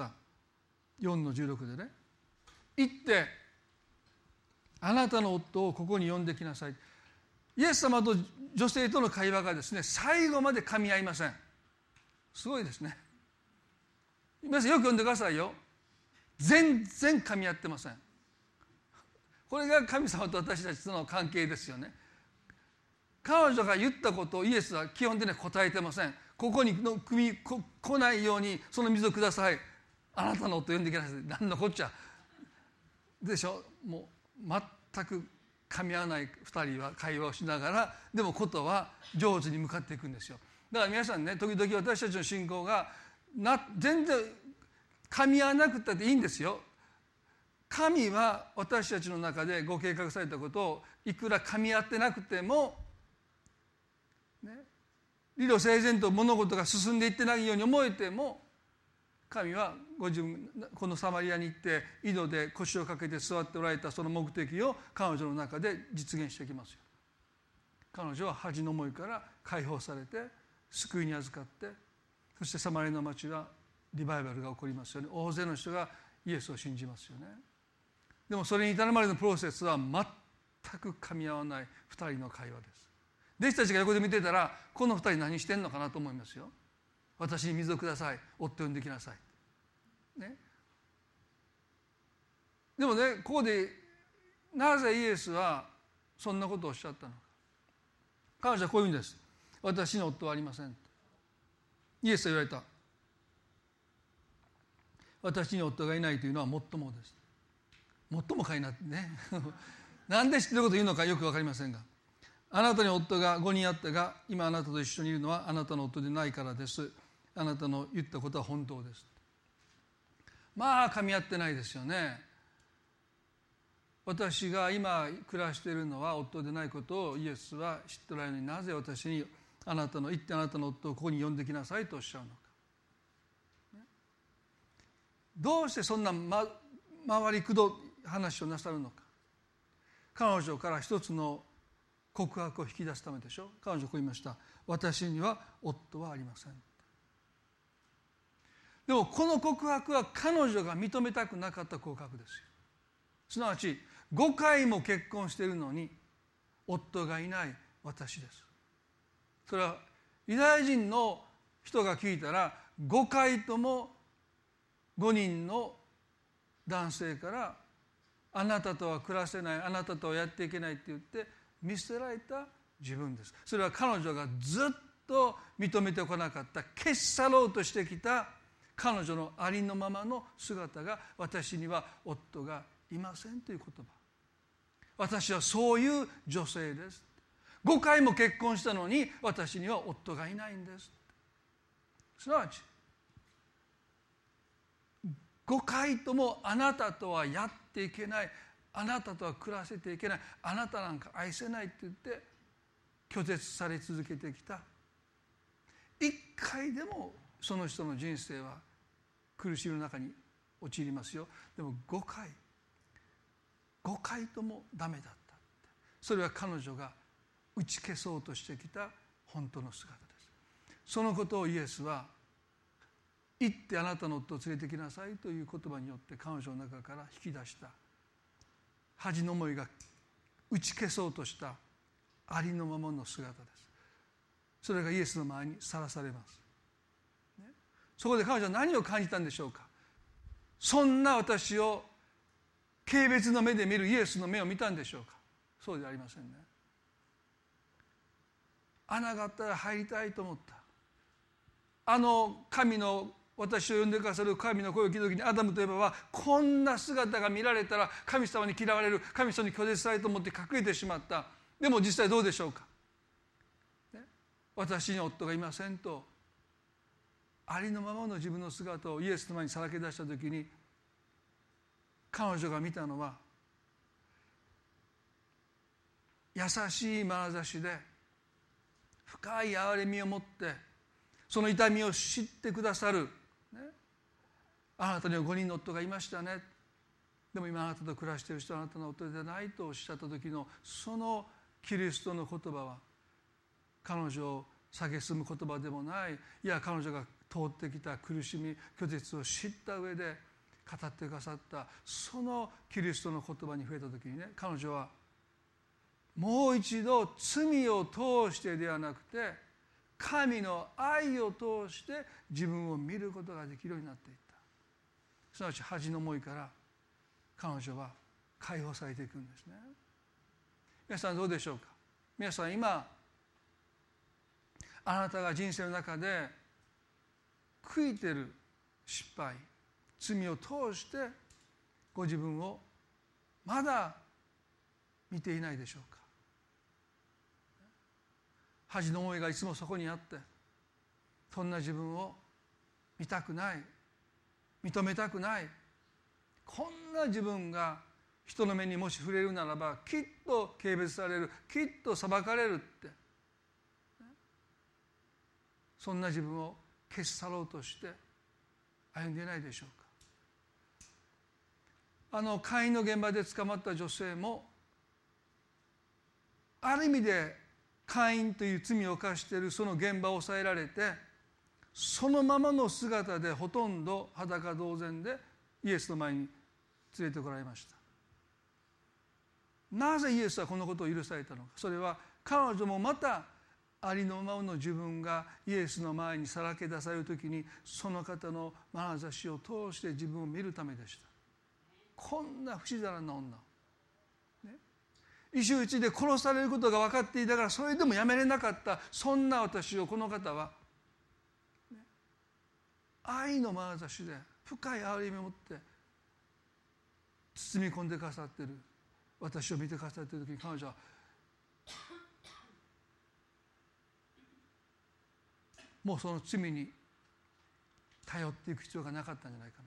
。4の16でね、行ってあなたの夫をここに呼んできなさい。イエス様と女性との会話がですね、最後まで噛み合いません。すごいですね。皆さんよく読んでくださいよ。全然噛み合ってません。これが神様と私たちとの関係ですよね。彼女が言ったことをイエスは基本的には答えてません。ここに来ないようにその水をください、あなたの夫呼んできなさい。何のこっちゃでしょ。もう全く噛み合わない2人は会話をしながら、でもことは上手に向かっていくんですよ。だから皆さんね、時々私たちの信仰が全然噛み合わなくたっていいんですよ。神は私たちの中でご計画されたことをいくら噛み合ってなくても、ね、理路整然と物事が進んでいってないように思えても、神はご自分このサマリアに行って井戸で腰をかけて座っておられたその目的を彼女の中で実現していきますよ。彼女は恥の思いから解放されて救いに預かって、そしてサマリアの町はリバイバルが起こりますよね。大勢の人がイエスを信じますよね。でもそれに至るまでのプロセスは全く噛み合わない2人の会話です。弟子たちが横で見てたら、この2人何してんのかなと思いますよ。私に水をください、夫呼んできなさい、ね、でもね、ここでなぜイエスはそんなことをおっしゃったのか。彼女はこういうんです。私に夫はありません。イエスは言われた。私に夫がいないというのはもっともです。もっともかいなってねなんで知ってることを言うのかよく分かりませんが、あなたに夫が5人あったが今あなたと一緒にいるのはあなたの夫でないからです。あなたの言ったことは本当です。まあ噛み合ってないですよね。私が今暮らしているのは夫でないことをイエスは知っておられるのに、なぜ私にあなたの言ってあなたの夫をここに呼んできなさいとおっしゃるのか。どうしてそんな回りくどい話をなさるのか。彼女から一つの告白を引き出すためでしょ。彼女はこう言いました。私には夫はありません。でもこの告白は彼女が認めたくなかった告白ですよ。すなわち5回も結婚しているのに夫がいない私です。それはユダヤ人の人が聞いたら、5回とも5人の男性からあなたとは暮らせない、あなたとはやっていけないって言って見捨てられた自分です。それは彼女がずっと認めてこなかった、消し去ろうとしてきた彼女のありのままの姿が、私には夫がいませんという言葉。私はそういう女性です。5回も結婚したのに私には夫がいないんです。すなわち5回ともあなたとはやっていけない、あなたとは暮らせていけない、あなたなんか愛せないって言って拒絶され続けてきた。1回でもその人の人生は苦しみの中に陥りますよ。でも5回ともダメだった。それは彼女が打ち消そうとしてきた本当の姿です。そのことをイエスは行ってあなたの夫を連れてきなさいという言葉によって彼女の中から引き出した恥の思いが打ち消そうとしたありのままの姿です。それがイエスの前にさらされます、ね、そこで彼女は何を感じたんでしょうか。そんな私を軽蔑の目で見るイエスの目を見たんでしょうか。そうではありませんね。穴があったら入りたいと思った。神の私を呼んでくださる神の声を聞いた時に、アダムとエバはこんな姿が見られたら神様に嫌われる、神様に拒絶されると思って隠れてしまった。でも実際どうでしょうか、ね、私に夫がいませんとありのままの自分の姿をイエスの前にさらけ出した時に、彼女が見たのは優しい眼差しで深い憐れみを持ってその痛みを知ってくださる、ね、あなたには5人の夫がいましたね、でも今あなたと暮らしている人はあなたの夫ではないとおっしゃった時のそのキリストの言葉は彼女を蔑む言葉でもない、いや彼女が通ってきた苦しみ拒絶を知った上で語ってくださったそのキリストの言葉に触れた時にね、彼女はもう一度罪を通してではなくて神の愛を通して自分を見ることができるようになっていった。すなわち恥の思いから彼女は解放されていくんですね。皆さんどうでしょうか。皆さん今あなたが人生の中で悔いてる失敗罪を通してご自分をまだ見ていないでしょうか。恥の思いがいつもそこにあって、そんな自分を見たくない、認めたくない、こんな自分が人の目にもし触れるならばきっと軽蔑される、きっと裁かれるって、そんな自分を消し去ろうとして歩んでいないでしょうか。会員の現場で捕まった女性もある意味で会員という罪を犯しているその現場を抑えられて、そのままの姿でほとんど裸同然でイエスの前に連れてこられました。なぜイエスはこのことを許されたのか。それは彼女もまたありのままの自分がイエスの前にさらけ出されるときにその方の眼差しを通して自分を見るためでした。こんな不自然な女、石打ちで殺されることが分かっていたからそれでもやめれなかったそんな私をこの方は、愛の眼差しで深い憐れみを持って包み込んでくださっている私を見てくださっている時に、彼女はもうその罪に頼っていく必要がなかったんじゃないかな。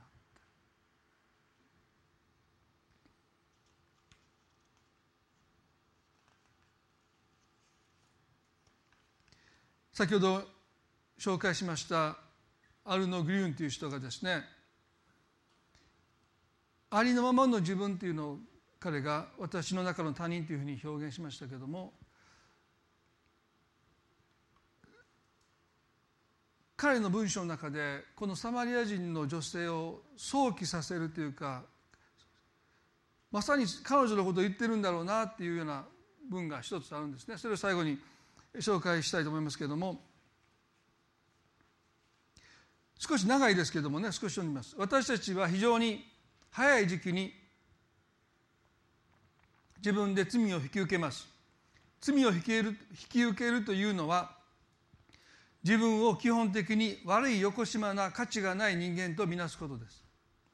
先ほど紹介しましたアルノ・グリューンという人がですね、ありのままの自分というのを彼が私の中の他人というふうに表現しましたけれども、彼の文章の中でこのサマリア人の女性を想起させるというか、まさに彼女のことを言ってるんだろうなっていうような文が一つあるんですね。それを最後に紹介したいと思いますけれども、少し長いですけれどもね、少し読みます。私たちは非常に早い時期に自分で罪を引き受けます。罪を引き受けるというのは自分を基本的に悪いよこしまな価値がない人間とみなすことです。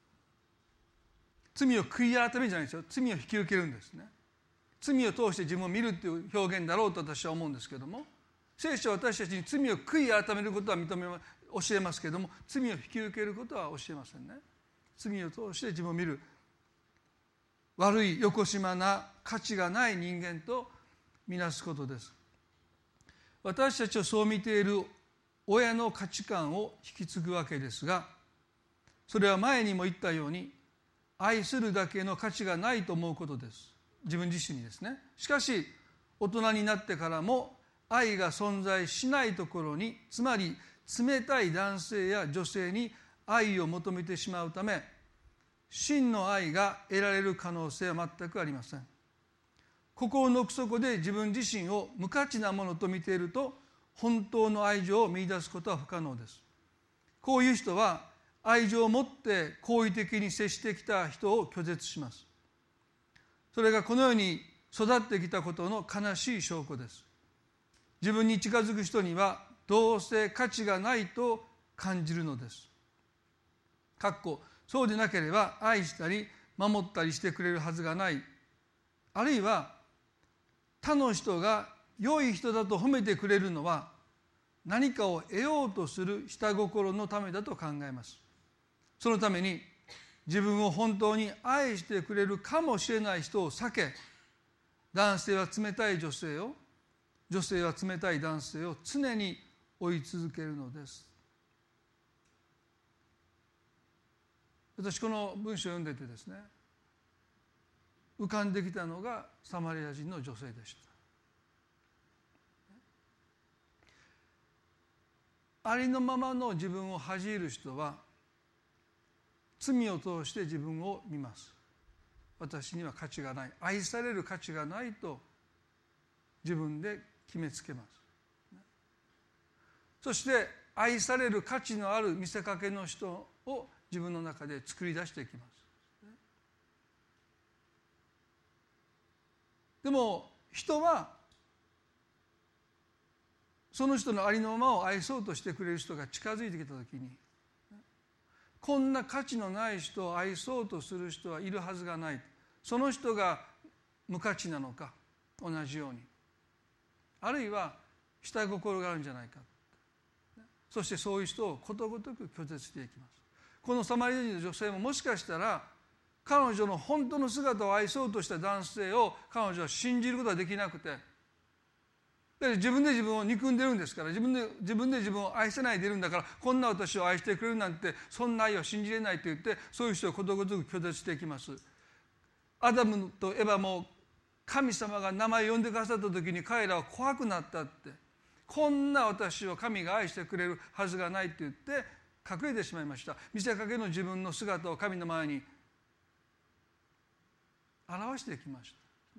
罪を悔い改めるんじゃないですよ。罪を引き受けるんですね。罪を通して自分を見るという表現だろうと私は思うんですけれども、聖書は私たちに罪を悔い改めることは教えますけれども、罪を引き受けることは教えませんね。罪を通して自分を見る、悪いよこしまな価値がない人間とみなすことです。私たちをそう見ている親の価値観を引き継ぐわけですが、 それは前にも言ったように、愛するだけの価値がないと思うことです。自分自身にですね。しかし大人になってからも愛が存在しないところに、つまり冷たい男性や女性に愛を求めてしまうため、真の愛が得られる可能性は全くありません。心の奥底で自分自身を無価値なものと見ていると、本当の愛情を見出すことは不可能です。こういう人は愛情を持って好意的に接してきた人を拒絶します。それがこのように育ってきたことの悲しい証拠です。自分に近づく人にはどうせ価値がないと感じるのです。そうでなければ愛したり守ったりしてくれるはずがない。あるいは他の人が良い人だと褒めてくれるのは何かを得ようとする下心のためだと考えます。そのために自分を本当に愛してくれるかもしれない人を避け、男性は冷たい女性を、女性は冷たい男性を常に追い続けるのです。私この文章を読んでてですね、浮かんできたのがサマリア人の女性でした。ありのままの自分を恥じる人は罪を通して自分を見ます。私には価値がない、愛される価値がないと自分で決めつけます。そして愛される価値のある見せかけの人を自分の中で作り出していきます。でも人はその人のありのままを愛そうとしてくれる人が近づいてきたときに、こんな価値のない人を愛そうとする人はいるはずがない、その人が無価値なのか、同じように、あるいは下心があるんじゃないか、そしてそういう人をことごとく拒絶していきます。このサマリア人の女性ももしかしたら彼女の本当の姿を愛そうとした男性を彼女は信じることができなくて、自分で自分を憎んでるんですから、自分で自分を愛せないでいるんだから、こんな私を愛してくれるなんて、そんな愛は信じれないと言って、そういう人をことごとく拒絶していきます。アダムとエバも神様が名前を呼んでくださった時に彼らは怖くなったって、こんな私を神が愛してくれるはずがないって言って隠れてしまいました。見せかけの自分の姿を神の前に表してきました。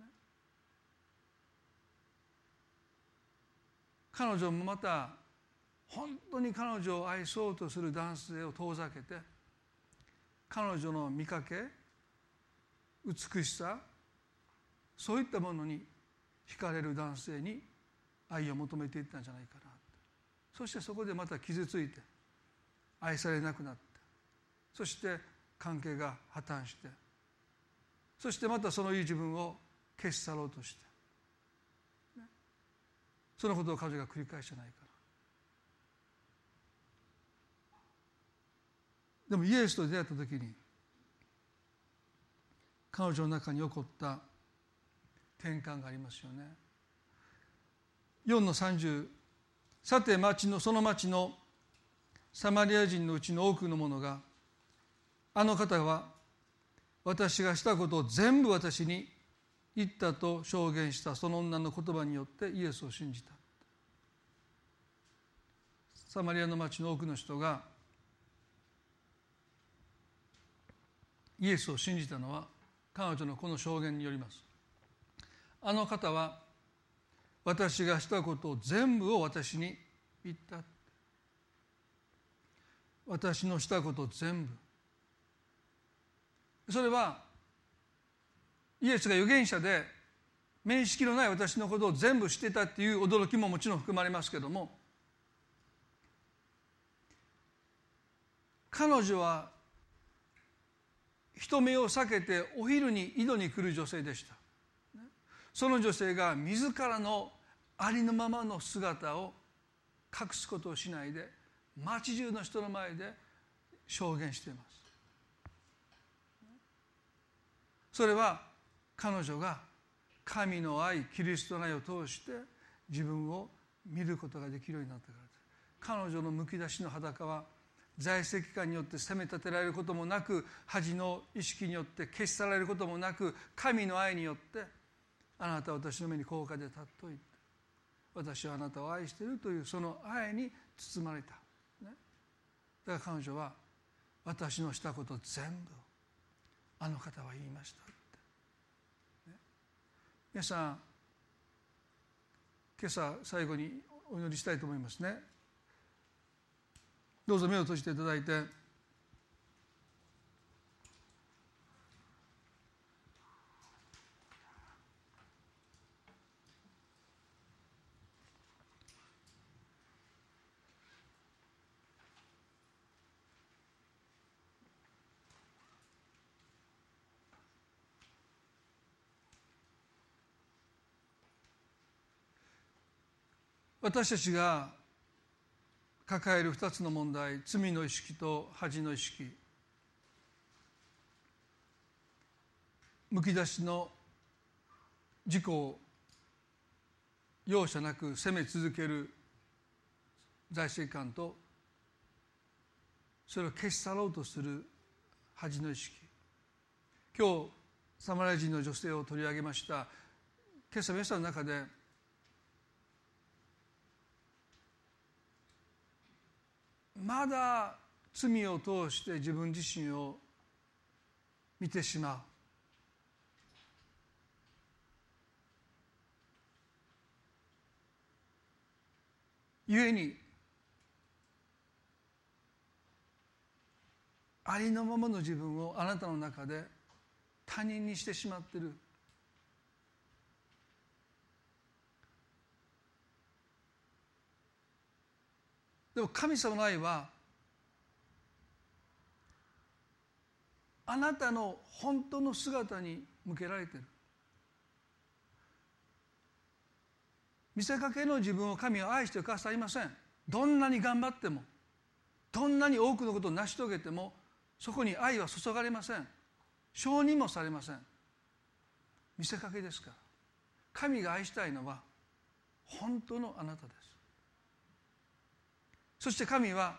彼女もまた本当に彼女を愛そうとする男性を遠ざけて、彼女の見かけ、美しさ、そういったものに惹かれる男性に愛を求めていったんじゃないかな。そしてそこでまた傷ついて愛されなくなって、そして関係が破綻して、そしてまたそのいい自分を消し去ろうとして、そのことを彼女が繰り返してないかな。でもイエスと出会った時に彼女の中に起こった転換がありますよね。4-30、さてその町のサマリア人のうちの多くの者が、あの方は私がしたことを全部私に言ったと証言したその女の言葉によってイエスを信じた。サマリアの町の多くの人がイエスを信じたのは彼女のこの証言によります。あの方は私がしたことを全部を私に言った。私のしたこと全部。それはイエスが預言者で面識のない私のことを全部知ってたっていう驚きももちろん含まれますけども、彼女は人目を避けてお昼に井戸に来る女性でした。その女性が自らのありのままの姿を隠すことをしないで町中の人の前で証言しています。それは彼女が神の愛、キリストの愛を通して自分を見ることができるようになったからです。彼女のむき出しの裸は在籍感によって責め立てられることもなく、恥の意識によって消し去られることもなく、神の愛によってあなたは私の目に高価で尊い、私はあなたを愛しているというその愛に包まれた、ね、だから彼女は私のしたこと全部あの方は言いましたって、ね、皆さん今朝最後にお祈りしたいと思いますね。どうぞ目を閉じていただいて、私たちが抱える2つの問題、罪の意識と恥の意識、むき出しの自己を容赦なく責め続ける在籍感と、それを消し去ろうとする恥の意識。今日サマリア人の女性を取り上げました。今朝皆さんの中でまだ罪を通して自分自身を見てしまう、ゆえにありのままの自分をあなたの中で他人にしてしまっている。でも神様の愛はあなたの本当の姿に向けられている。見せかけの自分を神は愛してくださいません。どんなに頑張っても、どんなに多くのことを成し遂げても、そこに愛は注がれません。承認もされません。見せかけですから。神が愛したいのは本当のあなたです。そして神は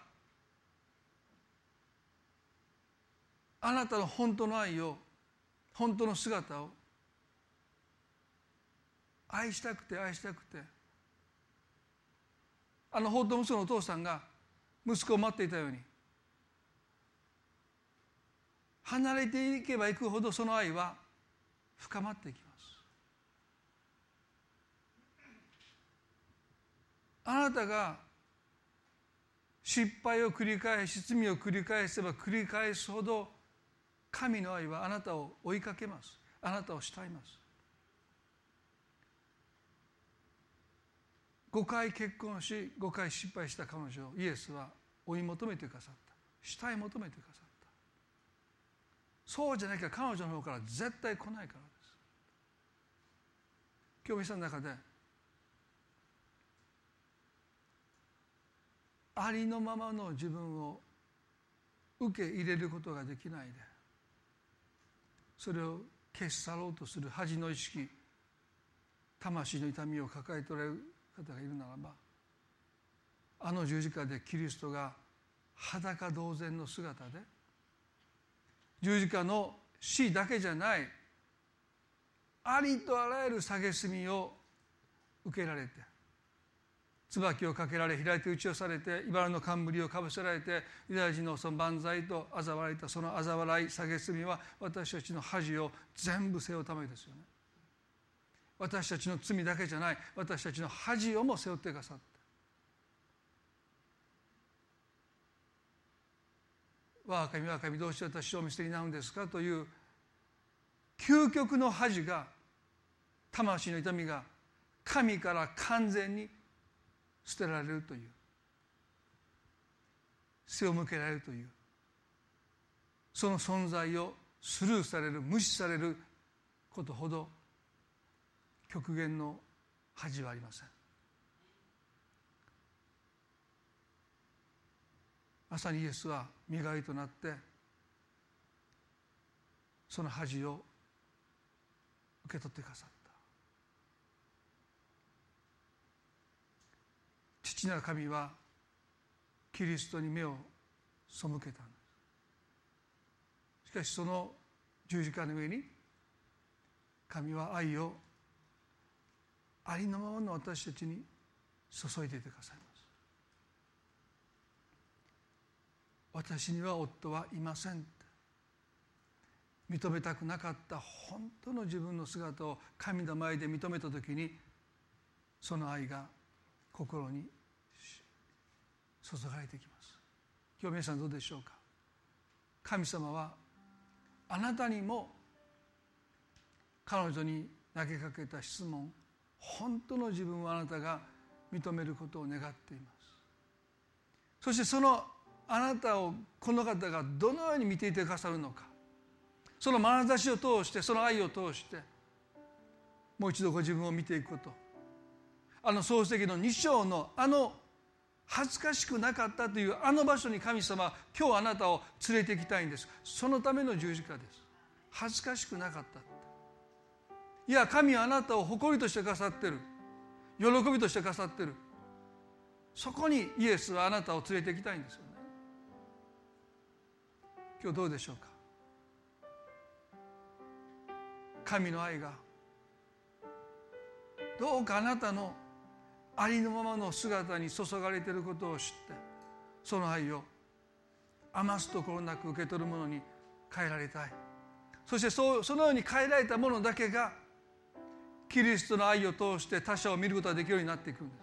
あなたの本当の愛を、本当の姿を愛したくて愛したくて、あの放蕩息子のお父さんが息子を待っていたように、離れていけばいくほどその愛は深まっていきます。あなたが失敗を繰り返し、罪を繰り返せば繰り返すほど、神の愛はあなたを追いかけます。あなたを慕います。5回結婚し5回失敗した彼女をイエスは追い求めてくださった。慕い求めてくださった。そうじゃなきゃ彼女の方から絶対来ないからです。今日皆さんの中でありのままの自分を受け入れることができないで、それを消し去ろうとする恥の意識、魂の痛みを抱えておられる方がいるならば、あの十字架でキリストが裸同然の姿で、十字架の死だけじゃないありとあらゆる蔑を受けられて、椿をかけられ、開いて打ち寄されて、茨の冠をかぶせられて、ユダヤ人のその万歳と嘲笑われたその嘲笑い、蔑は私たちの恥を全部背負うためですよね。私たちの罪だけじゃない、私たちの恥をも背負ってくださって、我が神我が神どうして私をお見捨てになるんですかという究極の恥が、魂の痛みが神から完全に捨てられるという、背を向けられるという、その存在をスルーされる、無視されることほど極限の恥はありません。まさにイエスは身代わりとなってその恥を受け取ってくださった。父なる神はキリストに目を背けたんです。しかしその十字架の上に神は愛をありのままの私たちに注いでいてくださいます。私には夫はいません。認めたくなかった本当の自分の姿を神の前で認めたときに、その愛が心に注がれてきます。今日皆さんどうでしょうか。神様はあなたにも彼女に投げかけた質問、本当の自分をあなたが認めることを願っています。そしてそのあなたをこの方がどのように見ていてくださるのか、その眼差しを通して、その愛を通してもう一度ご自分を見ていくこと、創世記の2章の恥ずかしくなかったという場所に神様は今日あなたを連れて行きたいんです。そのための十字架です。恥ずかしくなかった。いや、神はあなたを誇りとしてくださってる、喜びとしてくださってる。そこにイエスはあなたを連れて行きたいんですよね。今日どうでしょうか。神の愛がどうかあなたのありのままの姿に注がれていることを知って、その愛を余すところなく受け取るものに変えられたい。そしてそのように変えられたものだけがキリストの愛を通して他者を見ることができるようになっていくんです。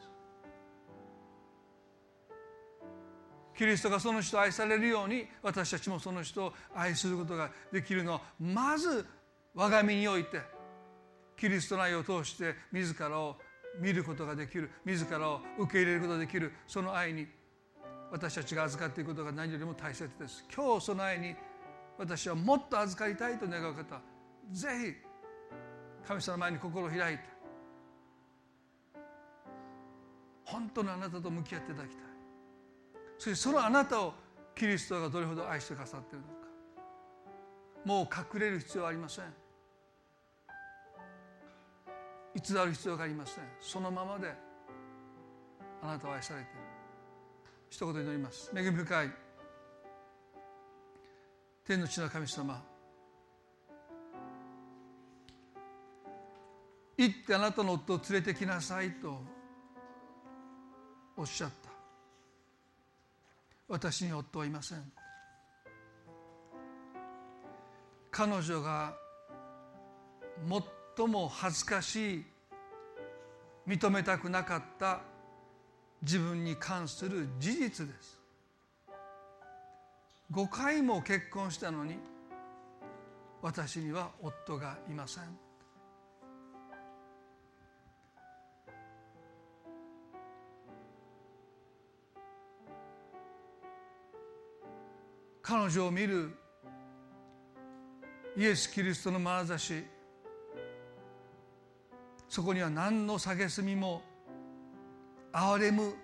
キリストがその人を愛されるように、私たちもその人を愛することができるのは、まず我が身においてキリストの愛を通して自らを見ることができる、自らを受け入れることができる、その愛に私たちが預かっていくことが何よりも大切です。今日その愛に私はもっと預かりたいと願う方、ぜひ神様の前に心を開いて、本当のあなたと向き合っていただきたい。そしてそのあなたをキリストがどれほど愛してくださっているのか、もう隠れる必要はありません。偽る必要がありません。そのままであなたは愛されている。一言祈ります。恵み深い天の地の神様、行ってあなたの夫を連れてきなさいとおっしゃった。私に夫はいません。彼女が最も恥ずかしい、認めたくなかった自分に関する事実です。5回も結婚したのに私には夫がいません。彼女を見るイエス・キリストの眼差し、そこには何の蔑みも憐れむ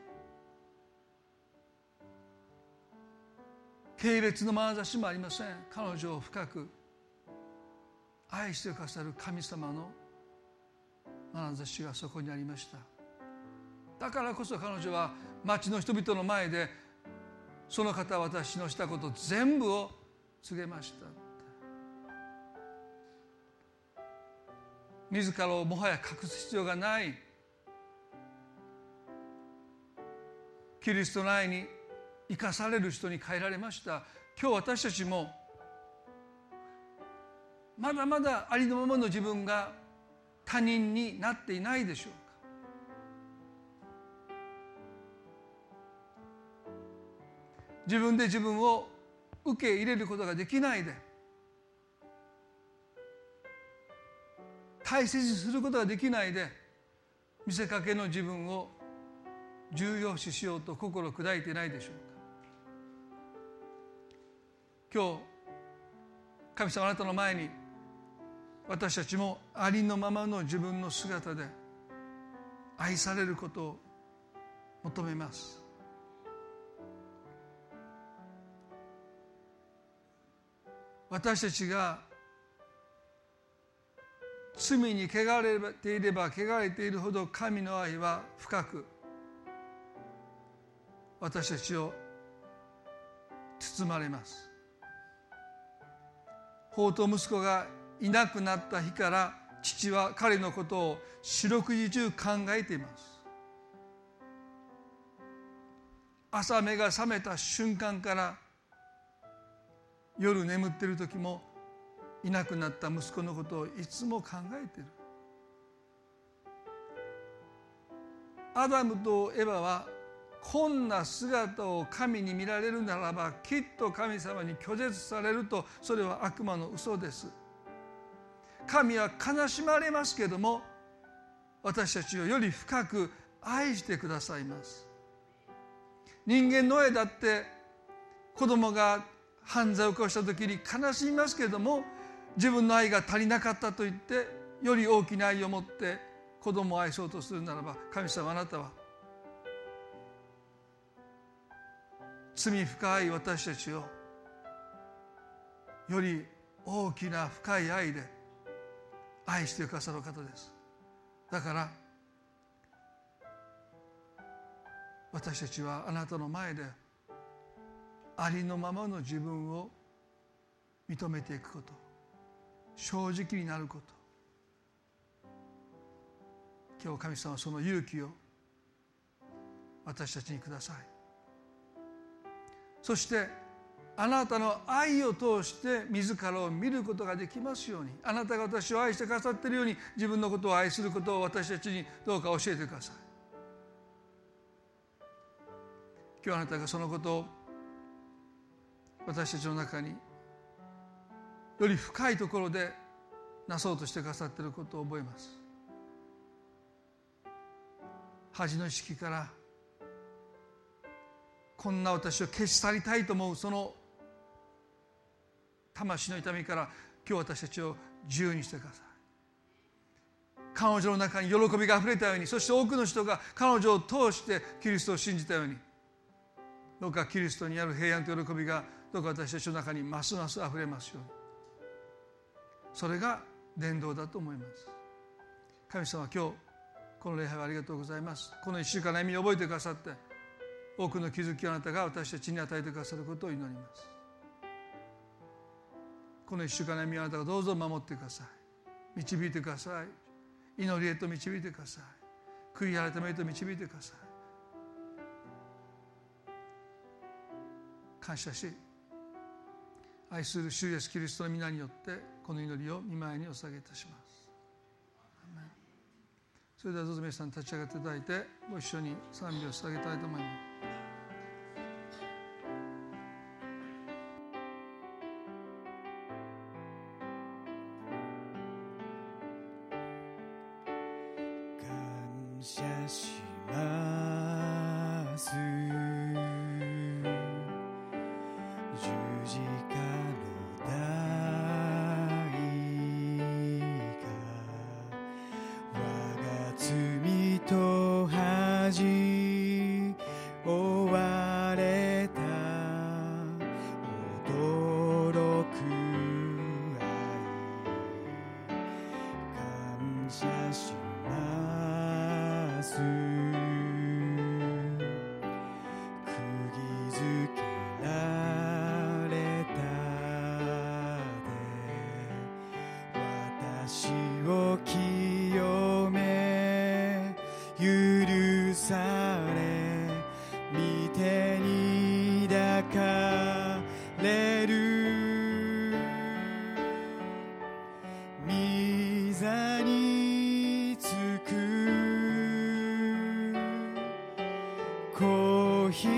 軽蔑の眼差しもありません。彼女を深く愛してくださる神様の眼差しがそこにありました。だからこそ彼女は町の人々の前で、その方は私のしたこと全部を告げました。自らをもはや隠す必要がない、キリストの愛に生かされる人に変えられました。今日私たちもまだまだありのままの自分が他人になっていないでしょうか。自分で自分を受け入れることができないで、大切にすることができないで、見せかけの自分を重要視しようと心砕いていないでしょうか。今日神様、あなたの前に私たちもありのままの自分の姿で愛されることを求めます。私たちが罪に汚れていれば汚れているほど、神の愛は深く私たちを包まれます。法と息子がいなくなった日から父は彼のことを四六時中考えています。朝目が覚めた瞬間から夜眠っている時もいなくなった息子のことをいつも考えている。アダムとエバはこんな姿を神に見られるならばきっと神様に拒絶されると、それは悪魔の嘘です。神は悲しまれますけれども私たちをより深く愛してくださいます。人間の親だって子供が犯罪を起こした時に悲しみますけれども、自分の愛が足りなかったと言ってより大きな愛を持って子供を愛そうとするならば、神様あなたは罪深い私たちをより大きな深い愛で愛してくださる方です。だから私たちはあなたの前でありのままの自分を認めていくこと、正直になること、今日神様はその勇気を私たちにください。そしてあなたの愛を通して自らを見ることができますように、あなたが私を愛してくださっているように自分のことを愛することを私たちにどうか教えてください。今日あなたがそのことを私たちの中により深いところでなそうとしてくださっていることを覚えます。恥の意識からこんな私を消し去りたいと思うその魂の痛みから今日私たちを自由にしてください。彼女の中に喜びがあふれたように、そして多くの人が彼女を通してキリストを信じたように、どうかキリストにある平安と喜びがどうか私たちの中にますますあふれますように。それが伝道だと思います。神様、今日この礼拝をありがとうございます。この1週間の歩みを覚えてくださって多くの気づきをあなたが私たちに与えてくださることを祈ります。この1週間の歩みをあなたがどうぞ守ってください。導いてください。祈りへと導いてください。悔い改めへと導いてください。感謝し愛する主イエスキリストの皆によってこの祈りを御前にお捧げいたします。それではどうぞ皆さん立ち上がっていただいてご一緒に賛美を捧げたいと思います。 感謝します十字架の代価、我が罪と恥負われた驚く愛、感謝します釘付けられたで私を清め許され御手に抱かれる御座につく子羊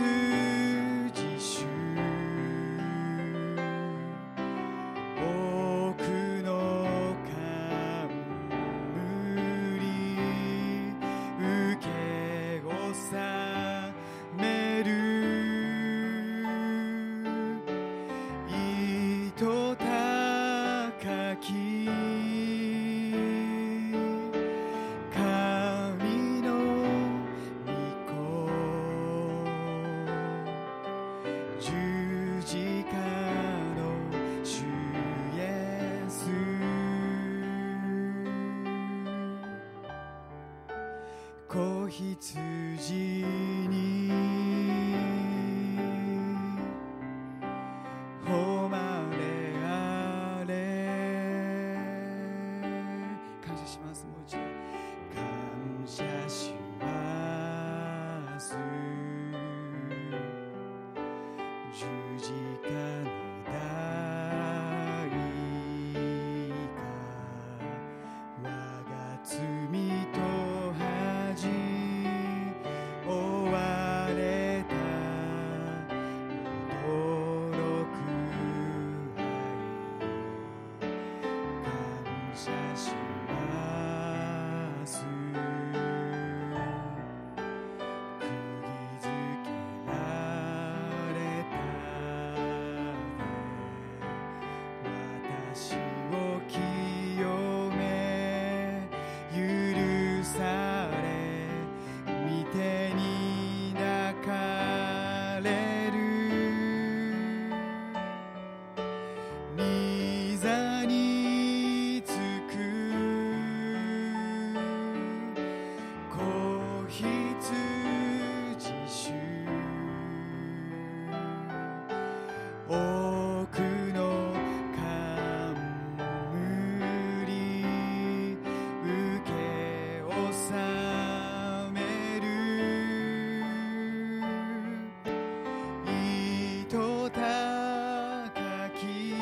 種多くの冠受け納める糸高き神の御子十字架の主イエス、子羊に主多くの冠受け納める糸高き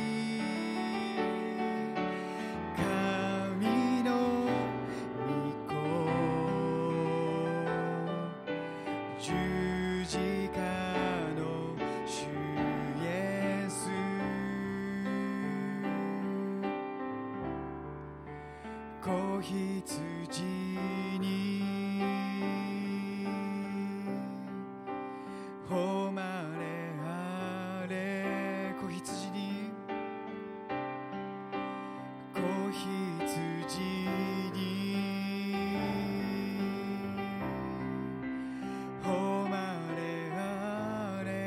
神の御子十字架の主イエス子羊に誉れあれ子羊に子羊に誉れあれ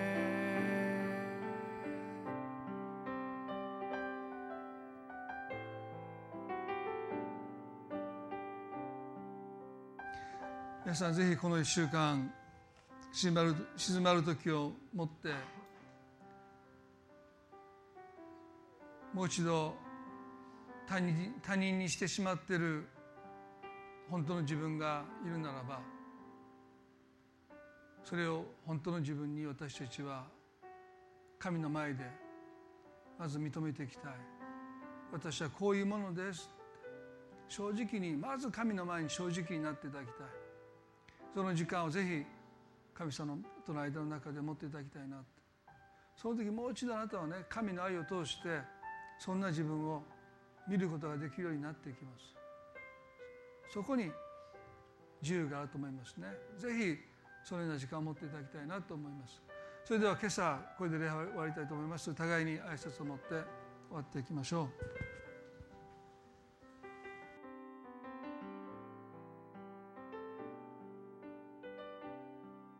皆さんぜひこの1週間静まる時をもってもう一度他人にしてしまっている本当の自分がいるならばそれを本当の自分に私たちは神の前でまず認めていきたい。私はこういうものです。正直にまず神の前に正直になっていただきたい。その時間をぜひ神様との間の中で持っていただきたいな。その時もう一度あなたはね神の愛を通してそんな自分を見ることができるようになっていきます。そこに自由があると思いますね。ぜひそのような時間を持っていただきたいなと思います。それでは今朝これで礼拝を終わりたいと思います。互いに挨拶を持って終わっていきましょう。